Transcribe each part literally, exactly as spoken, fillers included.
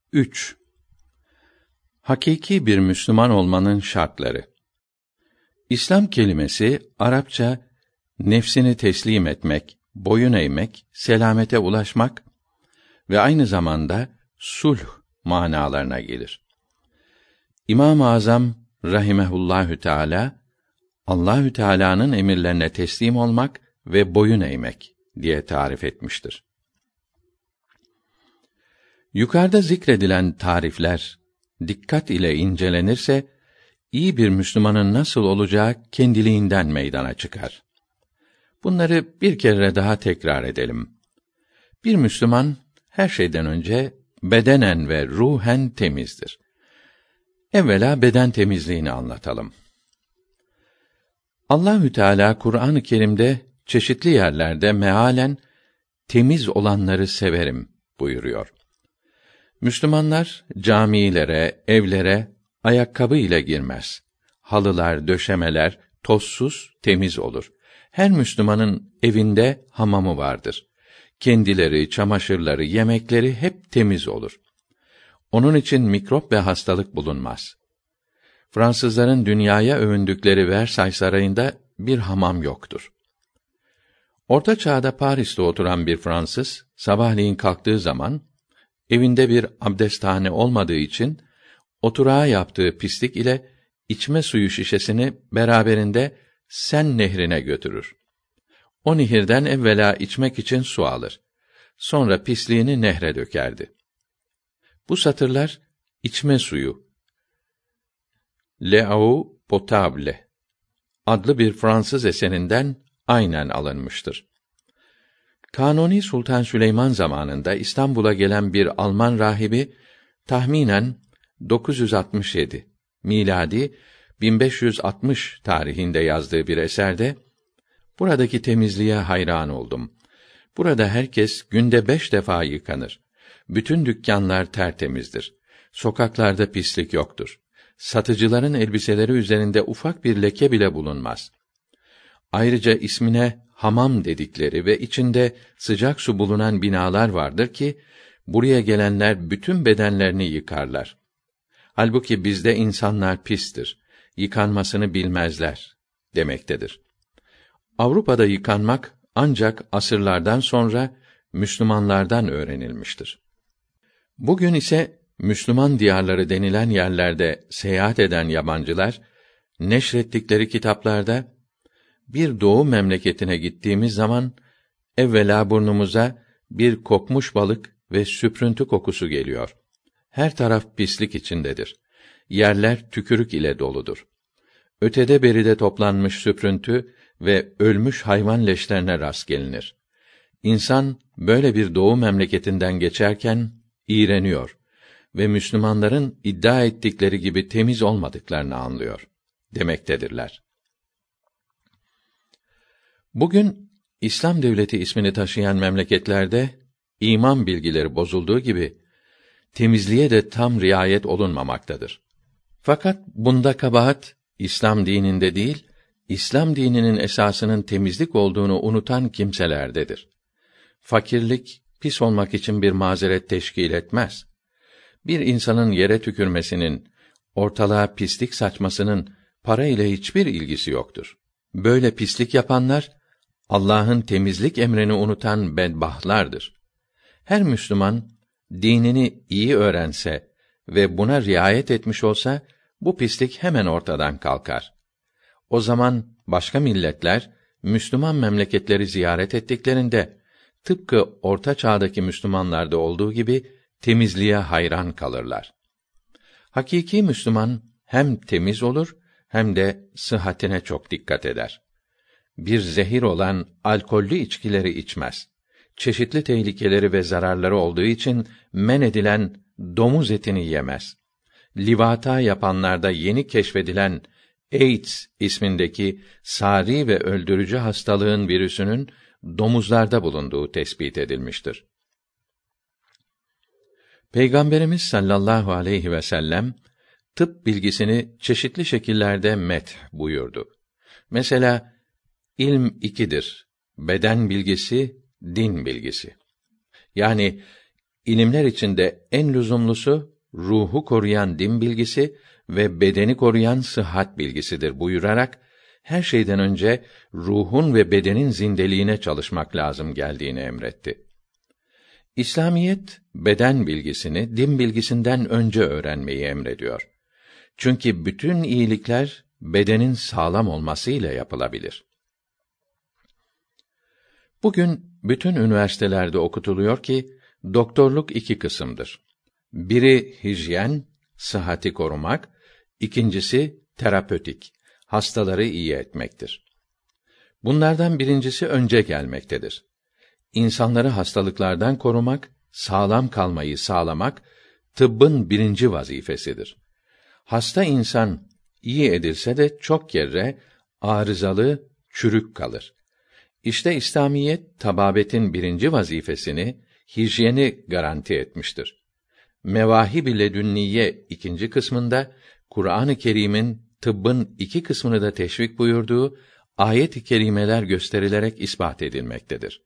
üç. Hakiki bir Müslüman olmanın şartları. İslam kelimesi Arapça nefsini teslim etmek, boyun eğmek, selamete ulaşmak ve aynı zamanda sulh manalarına gelir. İmam-ı Azam rahimehullahü teala Allahü Teala'nın emirlerine teslim olmak ve boyun eğmek diye tarif etmiştir. Yukarıda zikredilen tarifler dikkat ile incelenirse iyi bir Müslümanın nasıl olacağı kendiliğinden meydana çıkar. Bunları bir kere daha tekrar edelim. Bir Müslüman her şeyden önce bedenen ve ruhen temizdir. Evvela beden temizliğini anlatalım. Allahü Teala Kur'an-ı Kerim'de çeşitli yerlerde mealen temiz olanları severim buyuruyor. Müslümanlar camilere, evlere ayakkabı ile girmez. Halılar, döşemeler tozsuz, temiz olur. Her Müslümanın evinde hamamı vardır. Kendileri, çamaşırları, yemekleri hep temiz olur. Onun için mikrop ve hastalık bulunmaz. Fransızların dünyaya övündükleri Versailles Sarayı'nda bir hamam yoktur. Orta Çağ'da Paris'te oturan bir Fransız, sabahleyin kalktığı zaman, evinde bir abdesthane olmadığı için, oturağa yaptığı pislik ile içme suyu şişesini beraberinde Sen nehrine götürür. O nehirden evvela içmek için su alır. Sonra pisliğini nehre dökerdi. Bu satırlar, içme suyu, L'eau potable adlı bir Fransız eserinden aynen alınmıştır. Kanuni Sultan Süleyman zamanında İstanbul'a gelen bir Alman rahibi, tahminen dokuz yüz altmış yedi, miladi bin beş yüz altmış tarihinde yazdığı bir eserde, buradaki temizliğe hayran oldum. Burada herkes günde beş defa yıkanır. Bütün dükkanlar tertemizdir. Sokaklarda pislik yoktur. Satıcıların elbiseleri üzerinde ufak bir leke bile bulunmaz. Ayrıca ismine hamam dedikleri ve içinde sıcak su bulunan binalar vardır ki, buraya gelenler bütün bedenlerini yıkarlar. Halbuki bizde insanlar pistir, yıkanmasını bilmezler demektedir. Avrupa'da yıkanmak ancak asırlardan sonra Müslümanlardan öğrenilmiştir. Bugün ise Müslüman diyarları denilen yerlerde seyahat eden yabancılar, neşrettikleri kitaplarda, bir doğu memleketine gittiğimiz zaman, evvela burnumuza bir kokmuş balık ve süprüntü kokusu geliyor. Her taraf pislik içindedir. Yerler tükürük ile doludur. Ötede beride toplanmış süprüntü ve ölmüş hayvan leşlerine rast gelinir. İnsan böyle bir doğu memleketinden geçerken iğreniyor ve Müslümanların iddia ettikleri gibi temiz olmadıklarını anlıyor demektedirler. Bugün İslam devleti ismini taşıyan memleketlerde iman bilgileri bozulduğu gibi temizliğe de tam riayet olunmamaktadır. Fakat bunda kabahat İslam dininde değil, İslam dininin esasının temizlik olduğunu unutan kimselerdedir. Fakirlik pis olmak için bir mazeret teşkil etmez. Bir insanın yere tükürmesinin, ortalığa pislik saçmasının para ile hiçbir ilgisi yoktur. Böyle pislik yapanlar Allah'ın temizlik emrini unutan bedbahtlardır. Her Müslüman dinini iyi öğrense ve buna riayet etmiş olsa, bu pislik hemen ortadan kalkar. O zaman başka milletler Müslüman memleketleri ziyaret ettiklerinde, tıpkı Orta Çağ'daki Müslümanlarda olduğu gibi temizliğe hayran kalırlar. Hakiki Müslüman hem temiz olur hem de sıhhatine çok dikkat eder. Bir zehir olan alkollü içkileri içmez. Çeşitli tehlikeleri ve zararları olduğu için men edilen domuz etini yemez. Livata yapanlarda yeni keşfedilen AIDS ismindeki sari ve öldürücü hastalığın virüsünün domuzlarda bulunduğu tespit edilmiştir. Peygamberimiz sallallahu aleyhi ve sellem tıp bilgisini çeşitli şekillerde meth buyurdu. Mesela ilm ikidir: beden bilgisi, din bilgisi. Yani İlimler içinde en lüzumlusu ruhu koruyan din bilgisi ve bedeni koruyan sıhhat bilgisidir buyurarak her şeyden önce ruhun ve bedenin zindeliğine çalışmak lazım geldiğini emretti. İslamiyet beden bilgisini din bilgisinden önce öğrenmeyi emrediyor. Çünkü bütün iyilikler bedenin sağlam olmasıyla yapılabilir. Bugün bütün üniversitelerde okutuluyor ki doktorluk iki kısımdır. Biri hijyen, sıhhati korumak, ikincisi terapötik, hastaları iyi etmektir. Bunlardan birincisi önce gelmektedir. İnsanları hastalıklardan korumak, sağlam kalmayı sağlamak, tıbbın birinci vazifesidir. Hasta insan iyi edilse de çok kere arızalı, çürük kalır. İşte İslamiyet, tababetin birinci vazifesini, hijyeni garanti etmiştir. Mevâhib-i Ledünniye ikinci kısmında, Kur'an-ı Kerim'in tıbbın iki kısmını da teşvik buyurduğu ayet-i kerimeler gösterilerek ispat edilmektedir.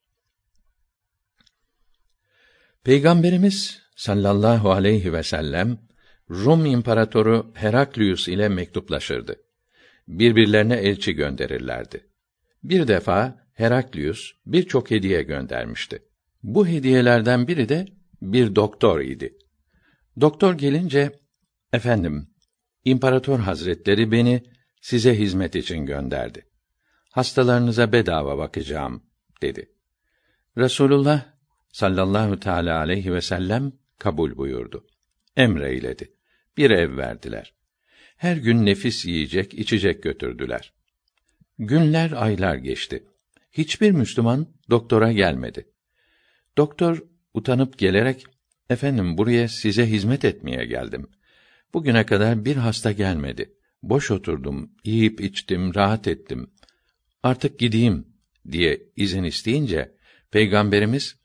Peygamberimiz sallallahu aleyhi ve sellem Rum İmparatoru Heraklius ile mektuplaşırdı. Birbirlerine elçi gönderirlerdi. Bir defa Heraklius birçok hediye göndermişti. Bu hediyelerden biri de bir doktor idi. Doktor gelince, "Efendim, İmparator Hazretleri beni size hizmet için gönderdi. Hastalarınıza bedava bakacağım," dedi. Resulullah sallallahu teâlâ aleyhi ve sellem kabul buyurdu. Emreyledi. Bir ev verdiler. Her gün nefis yiyecek, içecek götürdüler. Günler, aylar geçti. Hiçbir Müslüman doktora gelmedi. Doktor utanıp gelerek, "Efendim, buraya size hizmet etmeye geldim. Bugüne kadar bir hasta gelmedi. Boş oturdum, yiyip içtim, rahat ettim. Artık gideyim," diye izin isteyince, Peygamberimiz,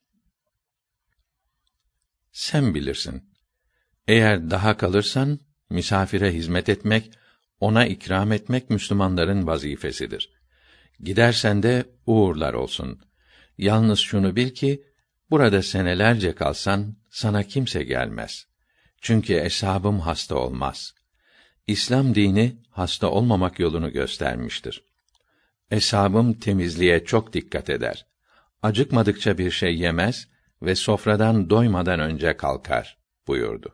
"Sen bilirsin. Eğer daha kalırsan, misafire hizmet etmek, ona ikram etmek Müslümanların vazifesidir. Gidersen de uğurlar olsun. Yalnız şunu bil ki, burada senelerce kalsan, sana kimse gelmez. Çünkü eshabım hasta olmaz. İslam dini, hasta olmamak yolunu göstermiştir. Eshabım temizliğe çok dikkat eder. Acıkmadıkça bir şey yemez ve sofradan doymadan önce kalkar," buyurdu.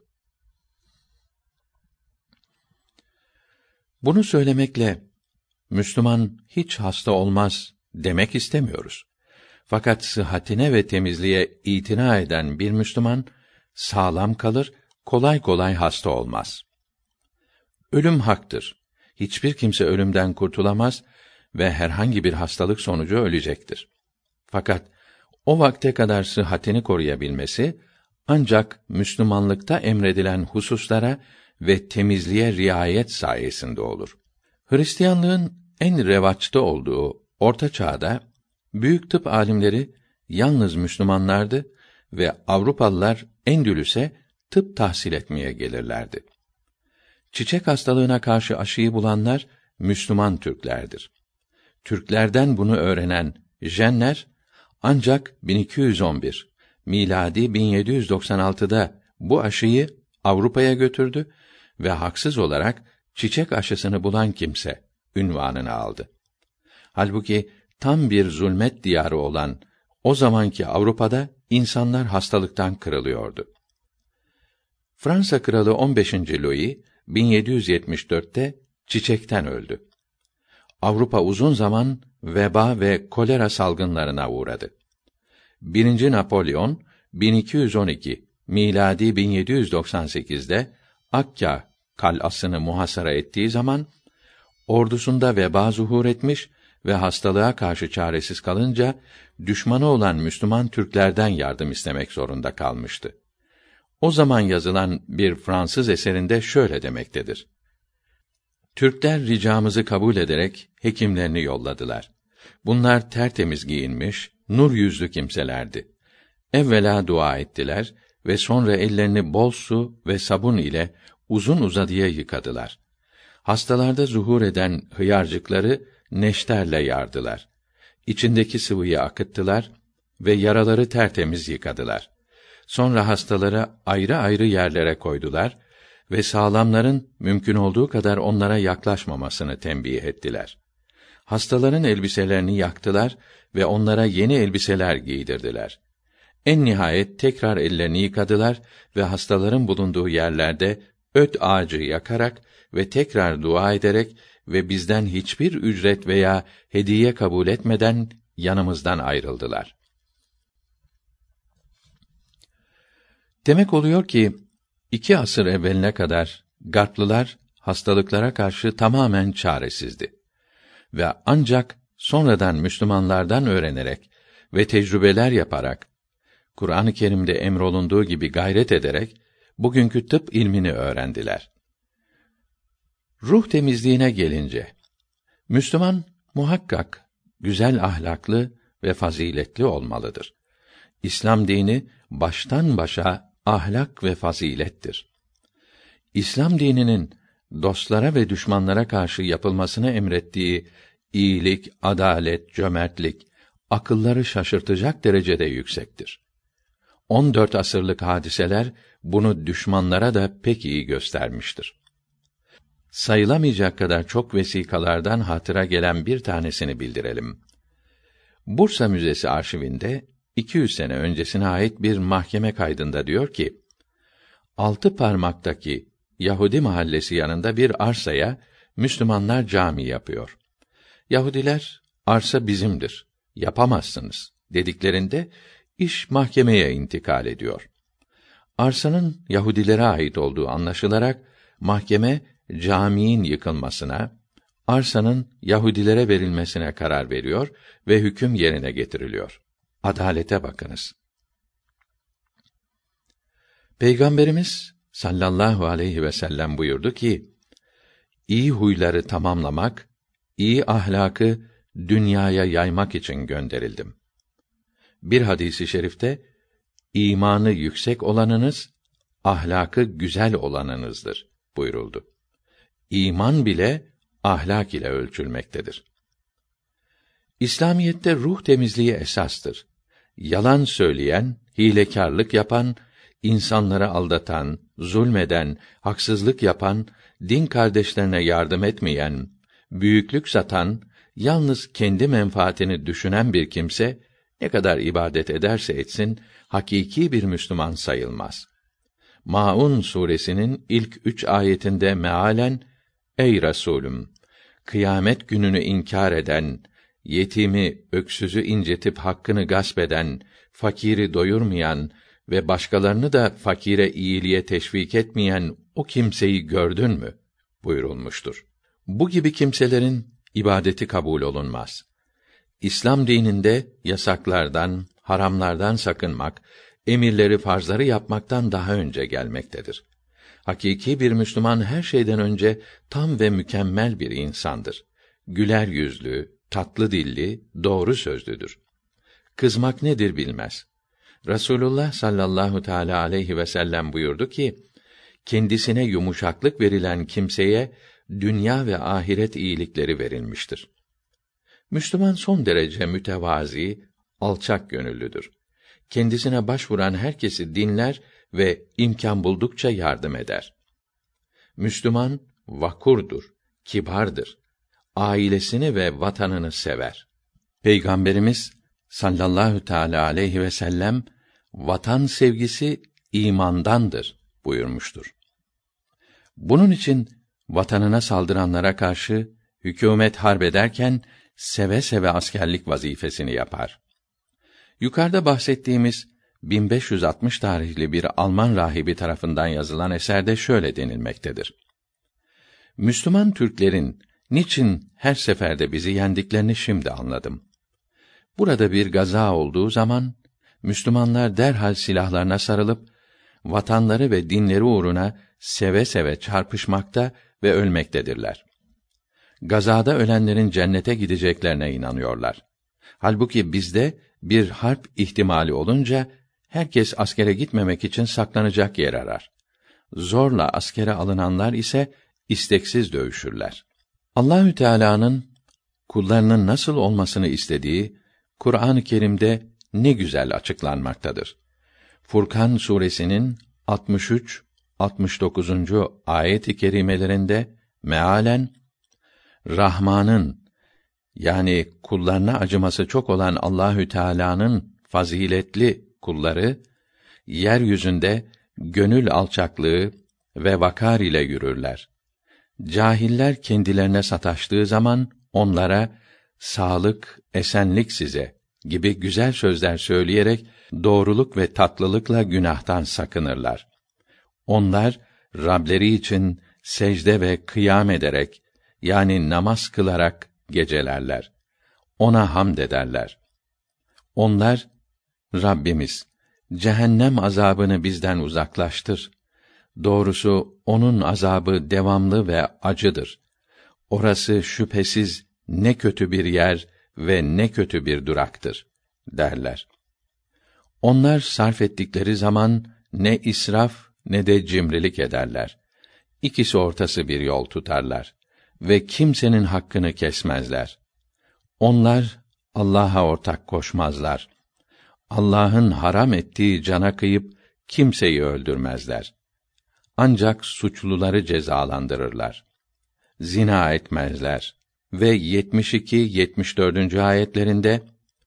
Bunu söylemekle, Müslüman hiç hasta olmaz demek istemiyoruz. Fakat sıhhatine ve temizliğe itina eden bir Müslüman, sağlam kalır, kolay kolay hasta olmaz. Ölüm haktır. Hiçbir kimse ölümden kurtulamaz ve herhangi bir hastalık sonucu ölecektir. Fakat o vakte kadar sıhhatini koruyabilmesi, ancak Müslümanlıkta emredilen hususlara ve temizliğe riayet sayesinde olur. Hristiyanlığın en revaçta olduğu Orta Çağ'da, büyük tıp alimleri yalnız Müslümanlardı ve Avrupalılar Endülüs'e tıp tahsil etmeye gelirlerdi. Çiçek hastalığına karşı aşıyı bulanlar Müslüman Türklerdir. Türklerden bunu öğrenen Jenner ancak bin iki yüz on bir miladi bin yedi yüz doksan altıda bu aşıyı Avrupa'ya götürdü ve haksız olarak çiçek aşısını bulan kimse ünvanını aldı. Halbuki tam bir zulmet diyarı olan o zamanki Avrupa'da insanlar hastalıktan kırılıyordu. Fransa kralı on beşinci Louis bin yedi yüz yetmiş dörtte çiçekten öldü. Avrupa uzun zaman veba ve kolera salgınlarına uğradı. Birinci Napolyon bin iki yüz on iki miladi bin yedi yüz doksan sekizde Akka kal'asını muhasara ettiği zaman ordusunda veba zuhur etmiş ve hastalığa karşı çaresiz kalınca düşmanı olan Müslüman Türklerden yardım istemek zorunda kalmıştı. O zaman yazılan bir Fransız eserinde şöyle demektedir: Türkler ricamızı kabul ederek hekimlerini yolladılar. Bunlar tertemiz giyinmiş, nur yüzlü kimselerdi. Evvela dua ettiler ve sonra ellerini bol su ve sabun ile uzun uzadıya yıkadılar. Hastalarda zuhur eden hıyarcıkları neşterle yardılar. İçindeki sıvıyı akıttılar ve yaraları tertemiz yıkadılar. Sonra hastaları ayrı ayrı yerlere koydular ve sağlamların mümkün olduğu kadar onlara yaklaşmamasını tembih ettiler. Hastaların elbiselerini yaktılar ve onlara yeni elbiseler giydirdiler. En nihayet tekrar ellerini yıkadılar ve hastaların bulunduğu yerlerde öt ağacı yakarak ve tekrar dua ederek ve bizden hiçbir ücret veya hediye kabul etmeden yanımızdan ayrıldılar. Demek oluyor ki, iki asır evveline kadar Garplılar hastalıklara karşı tamamen çaresizdi. Ve ancak sonradan Müslümanlardan öğrenerek ve tecrübeler yaparak, Kur'an-ı Kerim'de emrolunduğu gibi gayret ederek, bugünkü tıp ilmini öğrendiler. Ruh temizliğine gelince, Müslüman muhakkak güzel ahlaklı ve faziletli olmalıdır. İslam dini baştan başa ahlak ve fazilettir. İslam dininin dostlara ve düşmanlara karşı yapılmasını emrettiği iyilik, adalet, cömertlik, akılları şaşırtacak derecede yüksektir. on dört asırlık hadiseler bunu düşmanlara da pek iyi göstermiştir. Sayılamayacak kadar çok vesikalardan hatıra gelen bir tanesini bildirelim. Bursa Müzesi arşivinde iki yüz sene öncesine ait bir mahkeme kaydında diyor ki, altı parmaktaki Yahudi mahallesi yanında bir arsaya Müslümanlar cami yapıyor. Yahudiler, arsa bizimdir, yapamazsınız dediklerinde, iş mahkemeye intikal ediyor. Arsanın Yahudilere ait olduğu anlaşılarak, mahkeme, caminin yıkılmasına, arsanın Yahudilere verilmesine karar veriyor ve hüküm yerine getiriliyor. Adalete bakınız. Peygamberimiz sallallahu aleyhi ve sellem buyurdu ki, iyi huyları tamamlamak, iyi ahlakı dünyaya yaymak için gönderildim. Bir hadisi şerifte, imanı yüksek olanınız, ahlakı güzel olanınızdır buyuruldu. İman bile ahlak ile ölçülmektedir. İslamiyette ruh temizliği esastır. Yalan söyleyen, hilekârlık yapan, insanları aldatan, zulmeden, haksızlık yapan, din kardeşlerine yardım etmeyen, büyüklük satan, yalnız kendi menfaatini düşünen bir kimse, ne kadar ibadet ederse etsin, hakiki bir Müslüman sayılmaz. Maun suresinin ilk üç ayetinde mealen, ey Resulüm! Kıyamet gününü inkar eden, yetimi, öksüzü incitip hakkını gasp eden, fakiri doyurmayan ve başkalarını da fakire iyiliğe teşvik etmeyen o kimseyi gördün mü? Buyurulmuştur. Bu gibi kimselerin ibadeti kabul olunmaz. İslam dininde yasaklardan, haramlardan sakınmak, emirleri, farzları yapmaktan daha önce gelmektedir. Hakiki bir Müslüman her şeyden önce tam ve mükemmel bir insandır. Güler yüzlü, tatlı dilli, doğru sözlüdür. Kızmak nedir bilmez. Resulullah sallallahu teâlâ aleyhi ve sellem buyurdu ki, kendisine yumuşaklık verilen kimseye dünya ve ahiret iyilikleri verilmiştir. Müslüman son derece mütevazi, alçak gönüllüdür. Kendisine başvuran herkesi dinler ve imkan buldukça yardım eder. Müslüman vakurdur, kibardır. Ailesini ve vatanını sever. Peygamberimiz sallallahu teâlâ aleyhi ve sellem, vatan sevgisi imandandır buyurmuştur. Bunun için vatanına saldıranlara karşı hükûmet harp ederken seve seve askerlik vazifesini yapar. Yukarıda bahsettiğimiz bin beş yüz altmış tarihli bir Alman rahibi tarafından yazılan eserde şöyle denilmektedir. Müslüman Türklerin niçin her seferde bizi yendiklerini şimdi anladım. Burada bir gaza olduğu zaman Müslümanlar derhal silahlarına sarılıp vatanları ve dinleri uğruna seve seve çarpışmakta ve ölmektedirler. Gazada ölenlerin cennete gideceklerine inanıyorlar. Halbuki bizde bir harp ihtimali olunca herkes askere gitmemek için saklanacak yer arar. Zorla askere alınanlar ise isteksiz dövüşürler. Allahü Teala'nın kullarının nasıl olmasını istediği Kur'an-ı Kerim'de ne güzel açıklanmaktadır. Furkan suresinin altmış üç altmış dokuzuncu ayet-i kerimelerinde mealen Rahman'ın, yani kullarına acıması çok olan Allahü Teala'nın faziletli kulları yeryüzünde gönül alçaklığı ve vakar ile yürürler. Cahiller kendilerine sataştığı zaman onlara sağlık, esenlik size gibi güzel sözler söyleyerek doğruluk ve tatlılıkla günahtan sakınırlar. Onlar Rableri için secde ve kıyam ederek, yani namaz kılarak gecelerler. Ona hamd ederler. Onlar, Rabbimiz, cehennem azabını bizden uzaklaştır. Doğrusu onun azabı devamlı ve acıdır. Orası şüphesiz ne kötü bir yer ve ne kötü bir duraktır derler. Onlar sarf ettikleri zaman ne israf ne de cimrilik ederler. İkisi ortası bir yol tutarlar ve kimsenin hakkını kesmezler. Onlar Allah'a ortak koşmazlar. Allah'ın haram ettiği cana kıyıp kimseyi öldürmezler. Ancak suçluları cezalandırırlar. Zina etmezler ve yetmiş iki yetmiş dördüncü ayetlerinde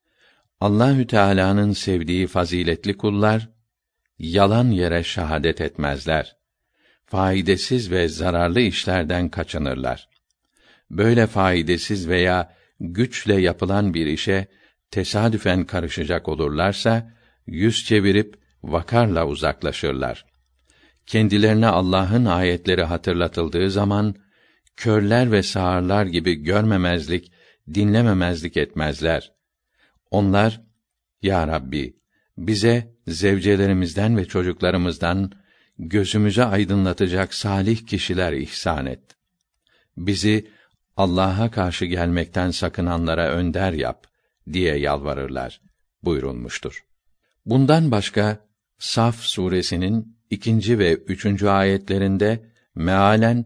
Allahü Teala'nın sevdiği faziletli kullar yalan yere şahadet etmezler. Faydasız ve zararlı işlerden kaçınırlar. Böyle faydasız veya güçle yapılan bir işe tesadüfen karışacak olurlarsa yüz çevirip vakarla uzaklaşırlar. Kendilerine Allah'ın ayetleri hatırlatıldığı zaman körler ve sağırlar gibi görmemezlik, dinlememezlik etmezler. Onlar, Ya Rabbi, bize zevcelerimizden ve çocuklarımızdan gözümüzü aydınlatacak salih kişiler ihsan et. Bizi Allah'a karşı gelmekten sakınanlara önder yap diye yalvarırlar buyurulmuştur. Bundan başka Saf suresinin ikinci ve üçüncü ayetlerinde mealen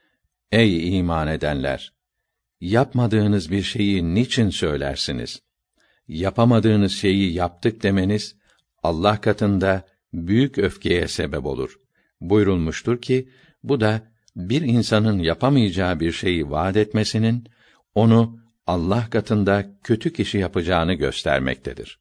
Ey iman edenler! Yapmadığınız bir şeyi niçin söylersiniz? Yapamadığınız şeyi yaptık demeniz Allah katında büyük öfkeye sebep olur buyurulmuştur ki bu da bir insanın yapamayacağı bir şeyi vaat etmesinin onu Allah katında kötü kişi yapacağını göstermektedir.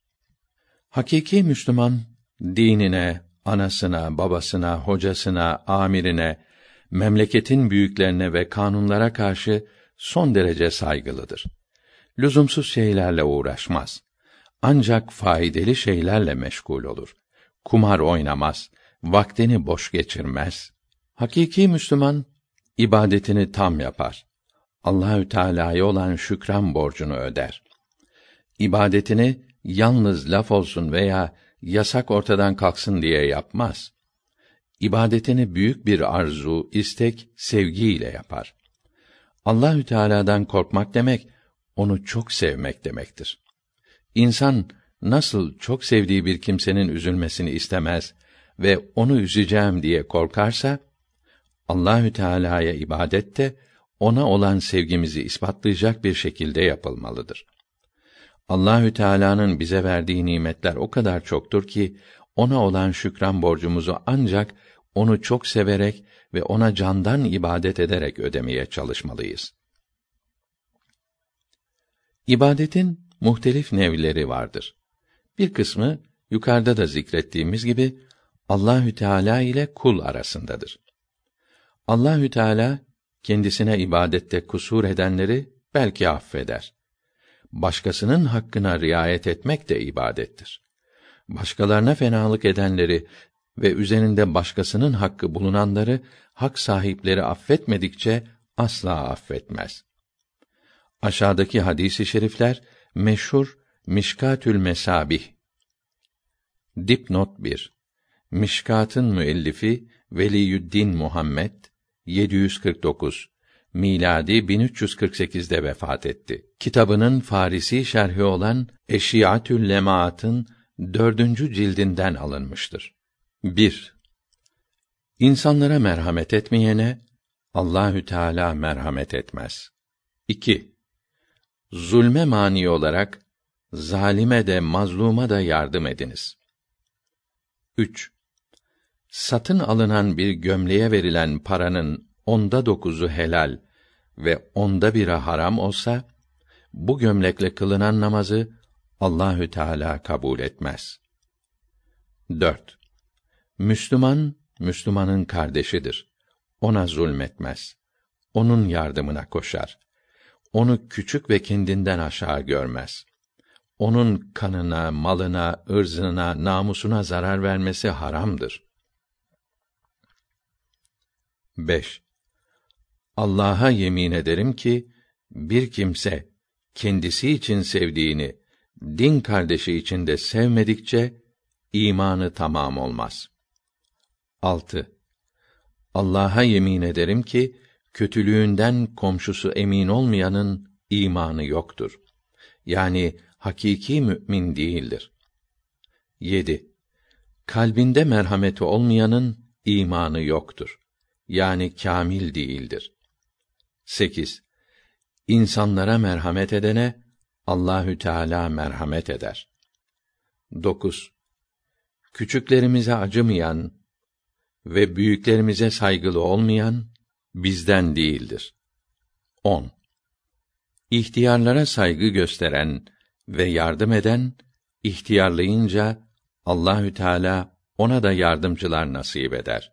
Hakiki Müslüman dinine, anasına, babasına, hocasına, amirine, memleketin büyüklerine ve kanunlara karşı son derece saygılıdır. Lüzumsuz şeylerle uğraşmaz. Ancak faydalı şeylerle meşgul olur. Kumar oynamaz, vaktini boş geçirmez. Hakiki Müslüman ibadetini tam yapar. Allahü Teala'ya olan şükran borcunu öder. İbadetini yalnız laf olsun veya yasak ortadan kalksın diye yapmaz. İbadetini büyük bir arzu, istek, sevgiyle yapar. Allahü Teala'dan korkmak demek, onu çok sevmek demektir. İnsan nasıl çok sevdiği bir kimsenin üzülmesini istemez ve onu üzeceğim diye korkarsa, Allahü Teala'ya ibadet de ona olan sevgimizi ispatlayacak bir şekilde yapılmalıdır. Allahü Teala'nın bize verdiği nimetler o kadar çoktur ki ona olan şükran borcumuzu ancak onu çok severek ve ona candan ibadet ederek ödemeye çalışmalıyız. İbadetin muhtelif nevleri vardır. Bir kısmı yukarıda da zikrettiğimiz gibi Allahü Teala ile kul arasındadır. Allahü Teala kendisine ibadette kusur edenleri belki affeder. Başkasının hakkına riayet etmek de ibadettir. Başkalarına fenalık edenleri ve üzerinde başkasının hakkı bulunanları hak sahipleri affetmedikçe asla affetmez. Aşağıdaki hadis-i şerifler meşhur Mişkatül Mesabih. Dipnot bir. Mişkat'ın müellifi Veliyüddin Muhammed yedi yüz kırk dokuz miladi bin üç yüz kırk sekizde vefat etti. Kitabının Farisi şerhi olan Eşiatül Lemaat'ın dördüncü cildinden alınmıştır. bir. İnsanlara merhamet etmeyene Allahü Teala merhamet etmez. iki. Zulme mani olarak zalime de mazluma da yardım ediniz. üç. Satın alınan bir gömleğe verilen paranın onda dokuzu helal ve onda biri haram olsa, bu gömlekle kılınan namazı Allahü Teala kabul etmez. dört. Müslüman, Müslümanın kardeşidir. Ona zulmetmez. Onun yardımına koşar. Onu küçük ve kendinden aşağı görmez. Onun kanına, malına, ırzına, namusuna zarar vermesi haramdır. beş. Allah'a yemin ederim ki, bir kimse, kendisi için sevdiğini, din kardeşi için de sevmedikçe, imanı tamam olmaz. altı. Allah'a yemin ederim ki, kötülüğünden komşusu emin olmayanın imanı yoktur. Yani hakiki mümin değildir. yedi. Kalbinde merhameti olmayanın imanı yoktur. Yani kâmil değildir. sekiz. İnsanlara merhamet edene Allahü Teala merhamet eder. dokuz. Küçüklerimize acımayan ve büyüklerimize saygılı olmayan bizden değildir. on. İhtiyarlara saygı gösteren ve yardım eden, ihtiyarlayınca Allahü Teala ona da yardımcılar nasip eder.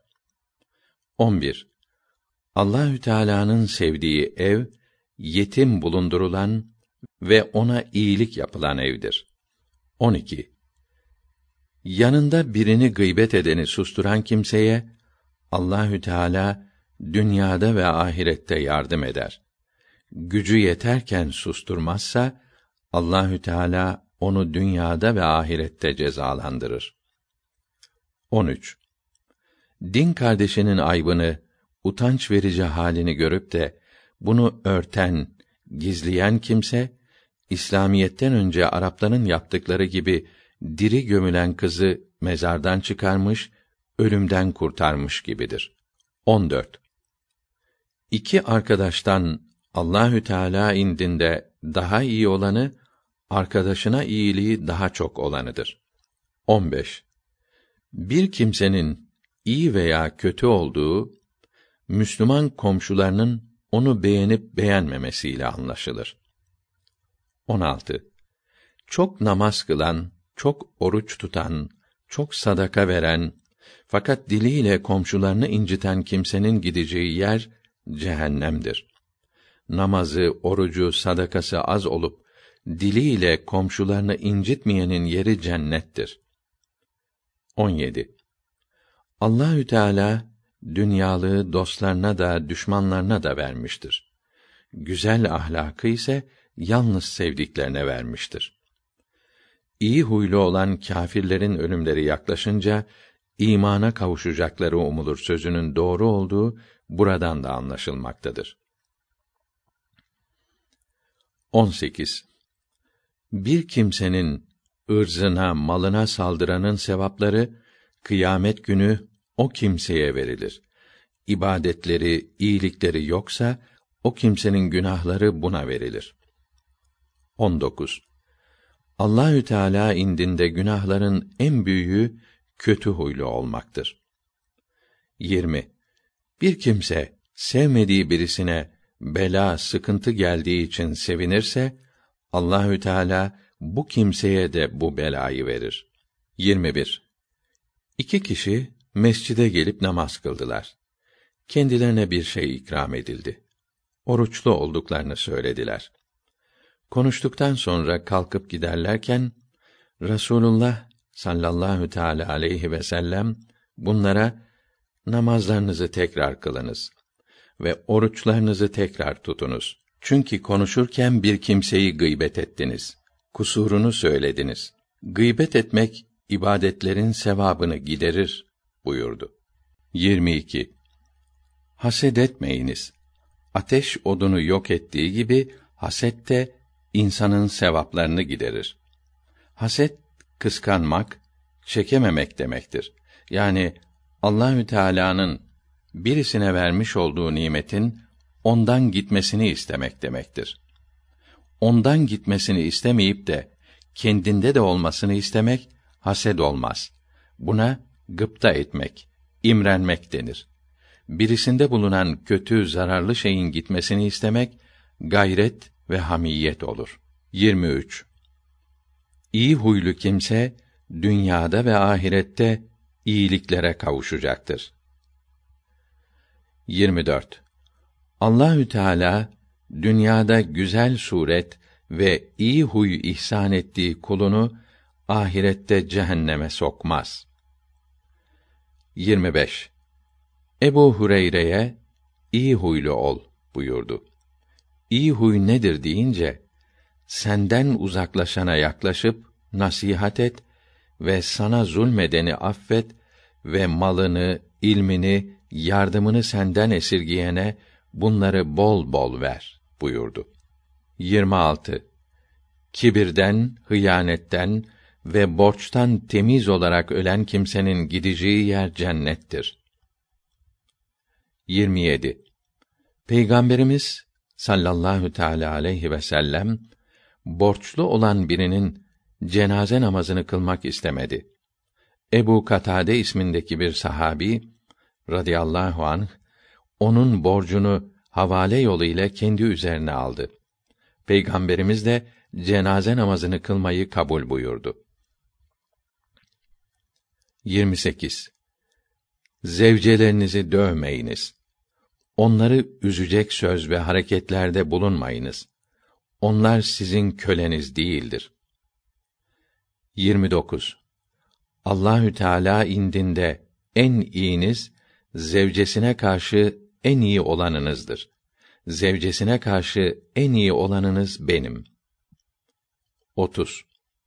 on bir. Allahü Teala'nın sevdiği ev, yetim bulundurulan ve ona iyilik yapılan evdir. on iki. Yanında birini gıybet edeni susturan kimseye Allahü Teala dünyada ve ahirette yardım eder. Gücü yeterken susturmazsa Allahü Teala onu dünyada ve ahirette cezalandırır. on üç. Din kardeşinin aybını, utanç verici halini görüp de bunu örten, gizleyen kimse, İslamiyetten önce Arapların yaptıkları gibi diri gömülen kızı mezardan çıkarmış, ölümden kurtarmış gibidir. on dört. İki arkadaştan Allahü Teala indinde daha iyi olanı, arkadaşına iyiliği daha çok olanıdır. on beş. Bir kimsenin iyi veya kötü olduğu, Müslüman komşularının onu beğenip beğenmemesiyle anlaşılır. on altı. Çok namaz kılan, çok oruç tutan, çok sadaka veren, fakat diliyle komşularını inciten kimsenin gideceği yer cehennemdir. Namazı, orucu, sadakası az olup diliyle komşularını incitmeyenin yeri cennettir. on yedi. Allahü Teala dünyalığı dostlarına da düşmanlarına da vermiştir. Güzel ahlakı ise yalnız sevdiklerine vermiştir. İyi huylu olan kâfirlerin ölümleri yaklaşınca imana kavuşacakları umulur sözünün doğru olduğu buradan da anlaşılmaktadır. on sekiz. Bir kimsenin ırzına, malına saldıranın sevapları kıyamet günü o kimseye verilir. İbadetleri, iyilikleri yoksa o kimsenin günahları buna verilir. on dokuz. Allahü Teala indinde günahların en büyüğü kötü huylu olmaktır. yirmi. Bir kimse sevmediği birisine bela, sıkıntı geldiği için sevinirse Allahü Teala bu kimseye de bu belayı verir. yirmi bir. İki kişi mescide gelip namaz kıldılar. Kendilerine bir şey ikram edildi. Oruçlu olduklarını söylediler. Konuştuktan sonra kalkıp giderlerken Rasulullah sallallahu teâlâ aleyhi ve sellem bunlara namazlarınızı tekrar kılınız ve oruçlarınızı tekrar tutunuz. Çünkü konuşurken bir kimseyi gıybet ettiniz. Kusurunu söylediniz. Gıybet etmek ibadetlerin sevabını giderir buyurdu. yirmi iki. Haset etmeyiniz. Ateş odunu yok ettiği gibi haset de insanın sevaplarını giderir. Haset kıskanmak, çekememek demektir. Yani Allahü Teala'nın birisine vermiş olduğu nimetin ondan gitmesini istemek demektir. Ondan gitmesini istemeyip de kendinde de olmasını istemek haset olmaz. Buna gıpta etmek, imrenmek denir. Birisinde bulunan kötü, zararlı şeyin gitmesini istemek, gayret ve hamiyet olur. yirmi üç. İyi huylu kimse, dünyada ve ahirette iyiliklere kavuşacaktır. yirmi dört. Allahü Teala dünyada güzel suret ve iyi huy ihsan ettiği kulunu ahirette cehenneme sokmaz. yirmi beş. Ebu Hureyre'ye iyi huylu ol buyurdu. İyi huy nedir deyince, senden uzaklaşana yaklaşıp nasihat et ve sana zulmedeni affet ve malını, ilmini, yardımını senden esirgeyene bunları bol bol ver buyurdu. yirmi altı. Kibirden, hıyanetten ve borçtan temiz olarak ölen kimsenin gideceği yer cennettir. yirmi yedi. Peygamberimiz sallallahu teâlâ aleyhi ve sellem borçlu olan birinin cenaze namazını kılmak istemedi. Ebu Katade ismindeki bir sahabi radıyallahu anh onun borcunu havale yolu ile kendi üzerine aldı. Peygamberimiz de cenaze namazını kılmayı kabul buyurdu. yirmi sekiz. Zevcelerinizi dövmeyiniz. Onları üzecek söz ve hareketlerde bulunmayınız. Onlar sizin köleniz değildir. yirmi dokuz. Allahü Teâlâ indinde en iyiniz, zevcesine karşı en iyi olanınızdır. Zevcesine karşı en iyi olanınız benim. otuz.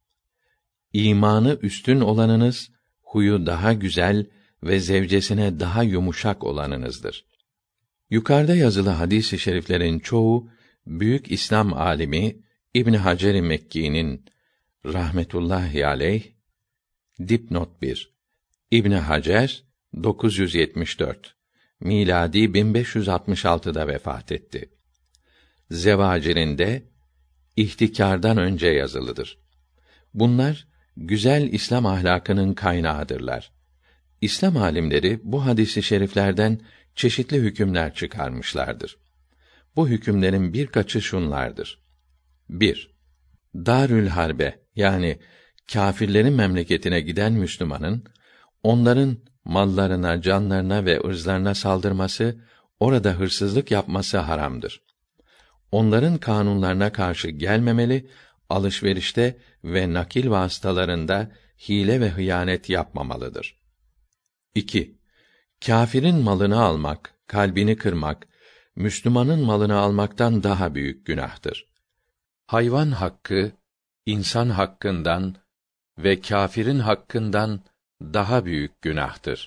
İmanı üstün olanınız, huyu daha güzel ve zevcesine daha yumuşak olanınızdır. Yukarıda yazılı hadis-i şeriflerin çoğu, büyük İslam alimi İbn Hacer-i Mekki'nin rahmetullahi aleyh, dipnot bir. İbn Hacer dokuz yüz yetmiş dört, miladi bin beş yüz altmış altıda vefat etti. Zevacir'inde ihtikardan önce yazılıdır. Bunlar güzel İslam ahlakının kaynağıdırlar. İslam alimleri bu hadis-i şeriflerden çeşitli hükümler çıkarmışlardır. Bu hükümlerin birkaçı şunlardır. bir. Darül Harbe yani kâfirlerin memleketine giden Müslümanın onların mallarına, canlarına ve ırzlarına saldırması, orada hırsızlık yapması haramdır. Onların kanunlarına karşı gelmemeli, alışverişte ve nakil vasıtalarında hile ve hıyanet yapmamalıdır. iki. Kâfirin malını almak, kalbini kırmak, Müslümanın malını almaktan daha büyük günahtır. Hayvan hakkı, insan hakkından ve kâfirin hakkından daha büyük günahtır.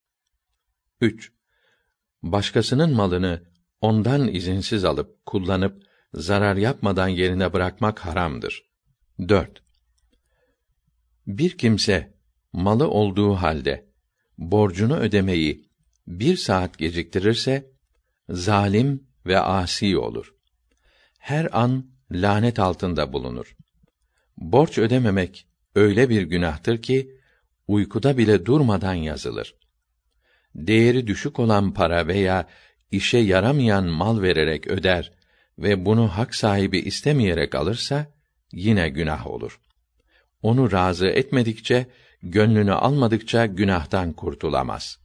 üç. Başkasının malını ondan izinsiz alıp, kullanıp, zarar yapmadan yerine bırakmak haramdır. dört. Bir kimse, malı olduğu halde, borcunu ödemeyi bir saat geciktirirse, zalim ve âsî olur. Her an lanet altında bulunur. Borç ödememek öyle bir günahtır ki, uykuda bile durmadan yazılır. Değeri düşük olan para veya işe yaramayan mal vererek öder ve bunu hak sahibi istemeyerek alırsa, yine günah olur. Onu razı etmedikçe, gönlünü almadıkça günahtan kurtulamaz.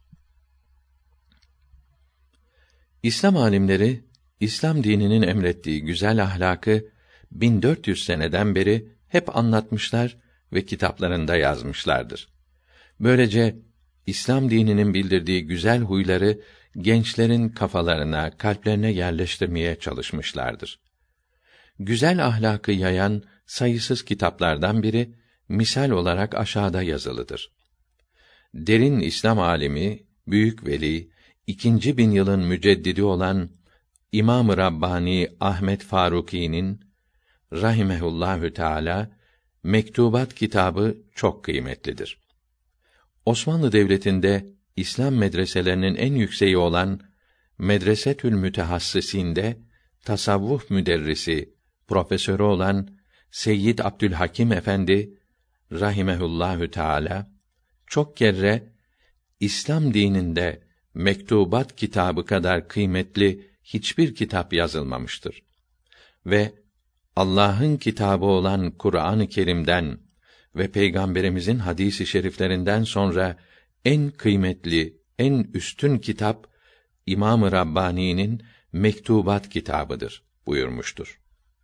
İslam alimleri, İslam dininin emrettiği güzel ahlakı bin dört yüz seneden beri hep anlatmışlar ve kitaplarında yazmışlardır. Böylece İslam dininin bildirdiği güzel huyları gençlerin kafalarına, kalplerine yerleştirmeye çalışmışlardır. Güzel ahlakı yayan sayısız kitaplardan biri misal olarak aşağıda yazılıdır. Derin İslam alimi, büyük veli, ikinci bin yılın müceddidi olan İmam-ı Rabbani Ahmet Faruki'nin rahimehullahü teâlâ Mektubat kitabı çok kıymetlidir. Osmanlı Devleti'nde İslam medreselerinin en yükseği olan Medresetül Mütehassisîn'de tasavvuf müderrisi, profesörü olan Seyyid Abdülhakim Efendi rahimehullahü teâlâ çok kere İslam dininde mektubat kitabı kadar kıymetli hiçbir kitap yazılmamıştır. Ve Allah'ın kitabı olan Kur'an-ı Kerim'den ve Peygamberimizin hadis-i şeriflerinden sonra en kıymetli, en üstün kitap İmam-ı Rabbani'nin Mektubat kitabıdır buyurmuştur.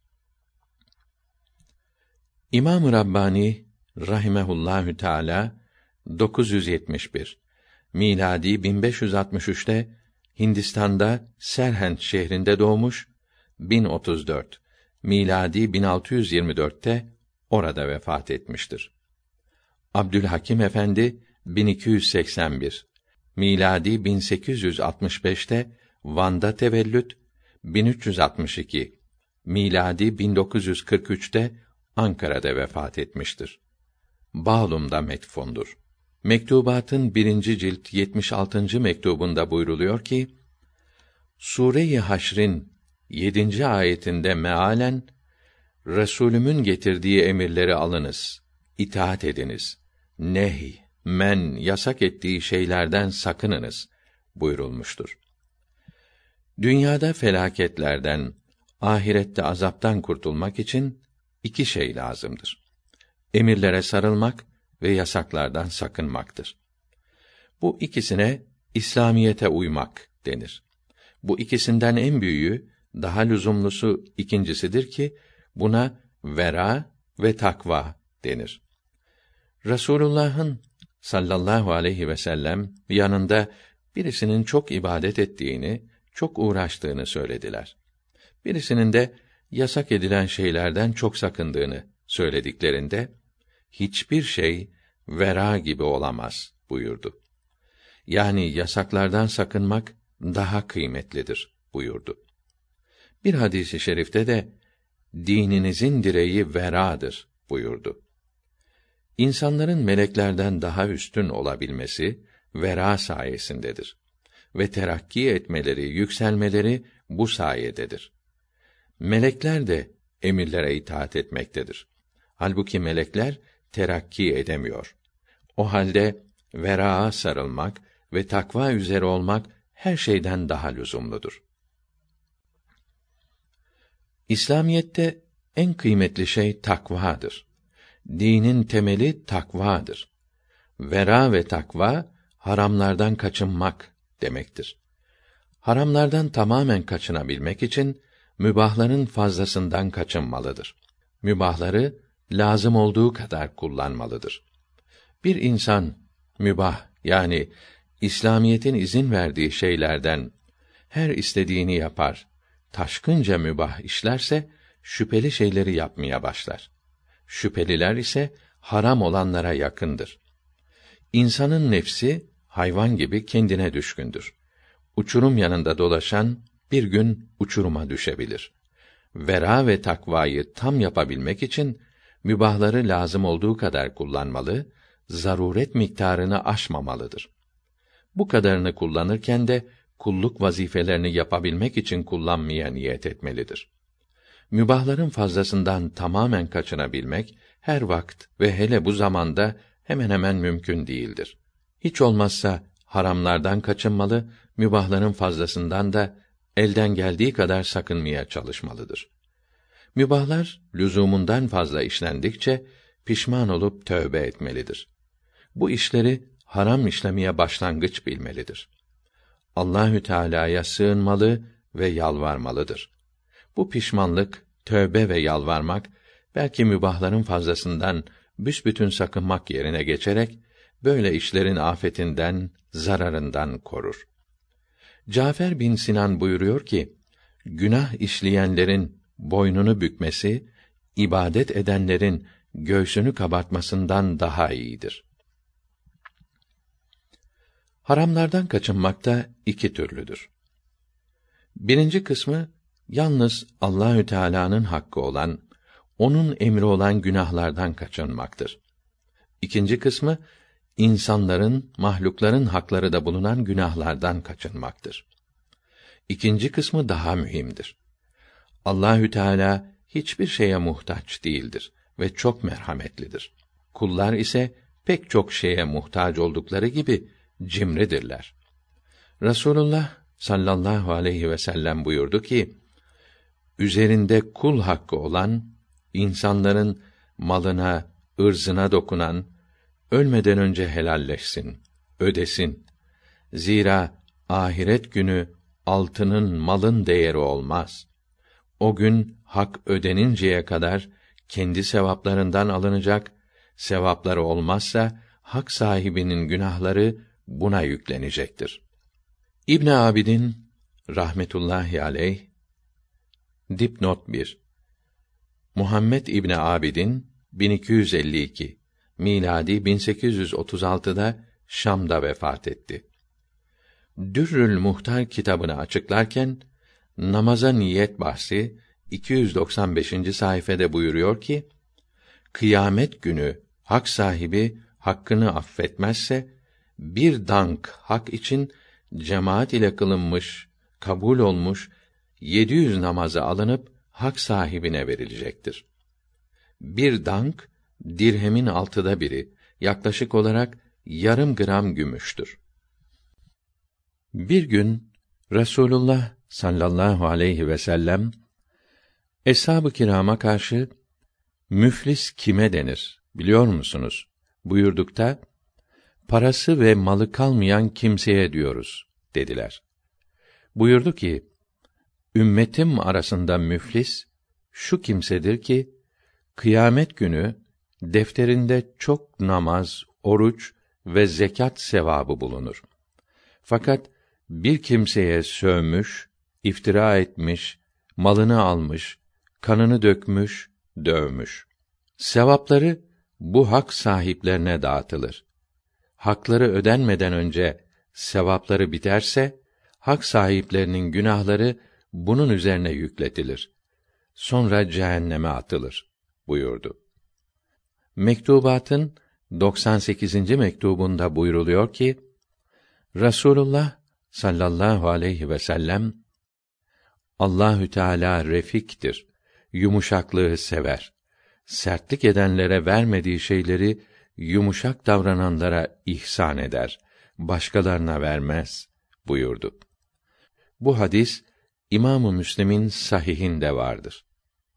İmam-ı Rabbani rahimehullahü teâlâ dokuz yüz yetmiş bir miladi bin beş yüz altmış üçte Hindistan'da Serhent şehrinde doğmuş, bin otuz dört miladi bin altı yüz yirmi dörtte orada vefat etmiştir. Abdülhakim Efendi bin iki yüz seksen bir miladi bin sekiz yüz altmış beşte Van'da tevellüt, bin üç yüz altmış iki miladi bin dokuz yüz kırk üçte Ankara'da vefat etmiştir. Bağlum'da metfundur. Mektubatın birinci cilt yetmiş altıncı mektubunda buyruluyor ki, Sure-i Haşr'in yedinci ayetinde mealen, Resulümün getirdiği emirleri alınız, itaat ediniz, nehy, men, yasak ettiği şeylerden sakınınız buyurulmuştur. Dünyada felaketlerden, ahirette azaptan kurtulmak için iki şey lazımdır. Emirlere sarılmak ve yasaklardan sakınmaktır. Bu ikisine İslamiyete uymak denir. Bu ikisinden en büyüğü, daha lüzumlusu ikincisidir ki buna vera ve takva denir. Resulullah'ın sallallahu aleyhi ve sellem yanında birisinin çok ibadet ettiğini, çok uğraştığını söylediler. Birisinin de yasak edilen şeylerden çok sakındığını söylediklerinde, hiçbir şey vera gibi olamaz buyurdu. Yani yasaklardan sakınmak daha kıymetlidir buyurdu. Bir hadis-i şerifte de dininizin direği veradır buyurdu. İnsanların meleklerden daha üstün olabilmesi vera sayesindedir ve terakki etmeleri, yükselmeleri bu sayededir. Melekler de emirlere itaat etmektedir. Halbuki melekler terakki edemiyor. O halde veraa sarılmak ve takva üzere olmak her şeyden daha lüzumludur. İslamiyette en kıymetli şey takvadır. Dinin temeli takvadır. Vera ve takva haramlardan kaçınmak demektir. Haramlardan tamamen kaçınabilmek için mübahların fazlasından kaçınmalıdır. Mübahları lazım olduğu kadar kullanmalıdır. Bir insan mübah yani İslamiyetin izin verdiği şeylerden her istediğini yapar, taşkınca mübah işlerse şüpheli şeyleri yapmaya başlar. Şüpheliler ise haram olanlara yakındır. İnsanın nefsi hayvan gibi kendine düşkündür. Uçurum yanında dolaşan bir gün uçuruma düşebilir. Vera ve takvayı tam yapabilmek için mübahları lazım olduğu kadar kullanmalı, zaruret miktarını aşmamalıdır. Bu kadarını kullanırken de kulluk vazifelerini yapabilmek için kullanmaya niyet etmelidir. Mübahların fazlasından tamamen kaçınabilmek her vakt ve hele bu zamanda hemen hemen mümkün değildir. Hiç olmazsa haramlardan kaçınmalı, mübahların fazlasından da elden geldiği kadar sakınmaya çalışmalıdır. Mübahlar lüzumundan fazla işlendikçe pişman olup tövbe etmelidir. Bu işleri haram işlemeye başlangıç bilmelidir. Allahü Teala'ya sığınmalı ve yalvarmalıdır. Bu pişmanlık, tövbe ve yalvarmak belki mübahların fazlasından büsbütün sakınmak yerine geçerek böyle işlerin afetinden, zararından korur. Cafer bin Sinan buyuruyor ki, günah işleyenlerin boynunu bükmesi, ibadet edenlerin göğsünü kabartmasından daha iyidir. Haramlardan kaçınmak da iki türlüdür. Birinci kısmı, yalnız Allahü Teala'nın hakkı olan, onun emri olan günahlardan kaçınmaktır. İkinci kısmı, insanların, mahlukların hakları da bulunan günahlardan kaçınmaktır. İkinci kısmı daha mühimdir. Allahü Teala hiçbir şeye muhtaç değildir ve çok merhametlidir. Kullar ise pek çok şeye muhtaç oldukları gibi cimridirler. Resulullah sallallahu aleyhi ve sellem buyurdu ki, üzerinde kul hakkı olan, insanların malına, ırzına dokunan, ölmeden önce helalleşsin, ödesin. Zira ahiret günü altının, malın değeri olmaz. O gün hak ödeninceye kadar kendi sevaplarından alınacak, sevapları olmazsa hak sahibinin günahları buna yüklenecektir. İbn Abidin rahmetullahi aleyh dipnot bir. Muhammed İbn Abidin bin iki yüz elli iki miladi bin sekiz yüz otuz altıda Şam'da vefat etti. Dürrül Muhtar kitabını açıklarken namaza niyet bahsi iki yüz doksan beşinci sayfada buyuruyor ki, kıyamet günü hak sahibi hakkını affetmezse bir dank hak için cemaat ile kılınmış, kabul olmuş yedi yüz namazı alınıp hak sahibine verilecektir. Bir dank dirhemin altıda biri, yaklaşık olarak yarım gram gümüştür. Bir gün Resulullah sallallahu aleyhi ve sellem eshab-ı kirama karşı müflis kime denir biliyor musunuz buyurdukta, parası ve malı kalmayan kimseye diyoruz dediler. Buyurdu ki, ümmetim arasında müflis şu kimsedir ki, kıyamet günü defterinde çok namaz, oruç ve zekat sevabı bulunur. Fakat bir kimseye sövmüş, iftira etmiş, malını almış, kanını dökmüş, dövmüş. Sevapları bu hak sahiplerine dağıtılır. Hakları ödenmeden önce sevapları biterse, hak sahiplerinin günahları bunun üzerine yükletilir. Sonra cehenneme atılır buyurdu. Mektubatın doksan sekizinci mektubunda buyruluyor ki, Resulullah sallallahu aleyhi ve sellem Allahü Teala refiktir, yumuşaklığı sever. Sertlik edenlere vermediği şeyleri yumuşak davrananlara ihsan eder, başkalarına vermez buyurdu. Bu hadis İmam-ı Müslim'in sahihinde vardır.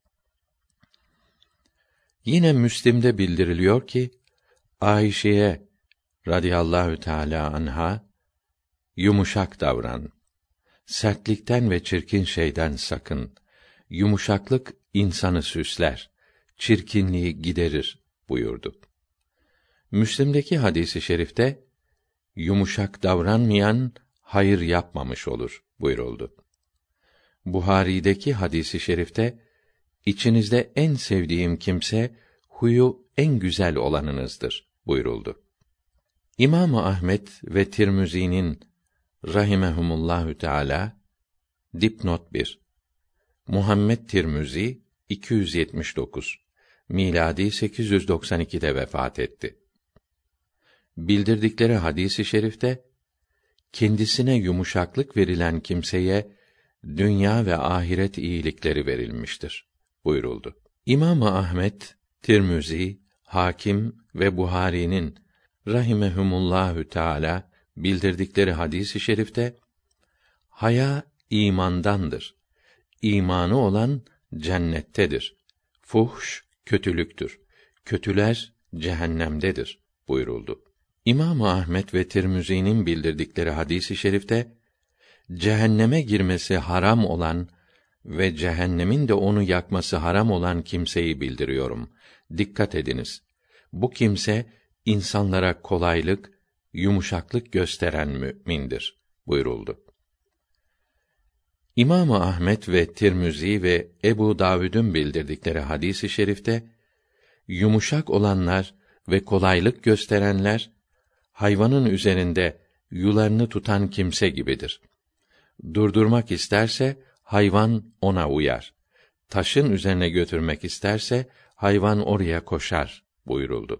Yine Müslim'de bildiriliyor ki, Ayşe'ye radıyallahu teâlâ anha, yumuşak davran, sertlikten ve çirkin şeyden sakın, yumuşaklık insanı süsler, çirkinliği giderir buyurdu. Müslim'deki hadisi şerifte, yumuşak davranmayan, hayır yapmamış olur buyuruldu. Buhari'deki hadisi şerifte, İçinizde en sevdiğim kimse, huyu en güzel olanınızdır buyuruldu. İmam-ı Ahmed ve Tirmizi'nin rahimehumullahü teâlâ, dipnot bir. Muhammed Tirmizi iki yüz yetmiş dokuz miladi sekiz yüz doksan ikide vefat etti. Bildirdikleri hadisi şerifte, kendisine yumuşaklık verilen kimseye dünya ve ahiret iyilikleri verilmiştir buyuruldu. İmam-ı Ahmed, Tirmizi, Hakim ve Buhari'nin rahimehumullahü teâlâ bildirdikleri hadis-i şerifte, haya imandandır. İmanı olan cennettedir. Fuhş kötülüktür. Kötüler cehennemdedir buyuruldu. İmam-ı Ahmed ve Tirmizi'nin bildirdikleri hadis-i şerifte, cehenneme girmesi haram olan ve cehennemin de onu yakması haram olan kimseyi bildiriyorum. Dikkat ediniz. Bu kimse insanlara kolaylık, yumuşaklık gösteren mü'mindir buyuruldu. İmam-ı Ahmed ve Tirmizi ve Ebu Davud'un bildirdikleri hadis-i şerifte, yumuşak olanlar ve kolaylık gösterenler, hayvanın üzerinde yularını tutan kimse gibidir. Durdurmak isterse, hayvan ona uyar. Taşın üzerine götürmek isterse, hayvan oraya koşar buyuruldu.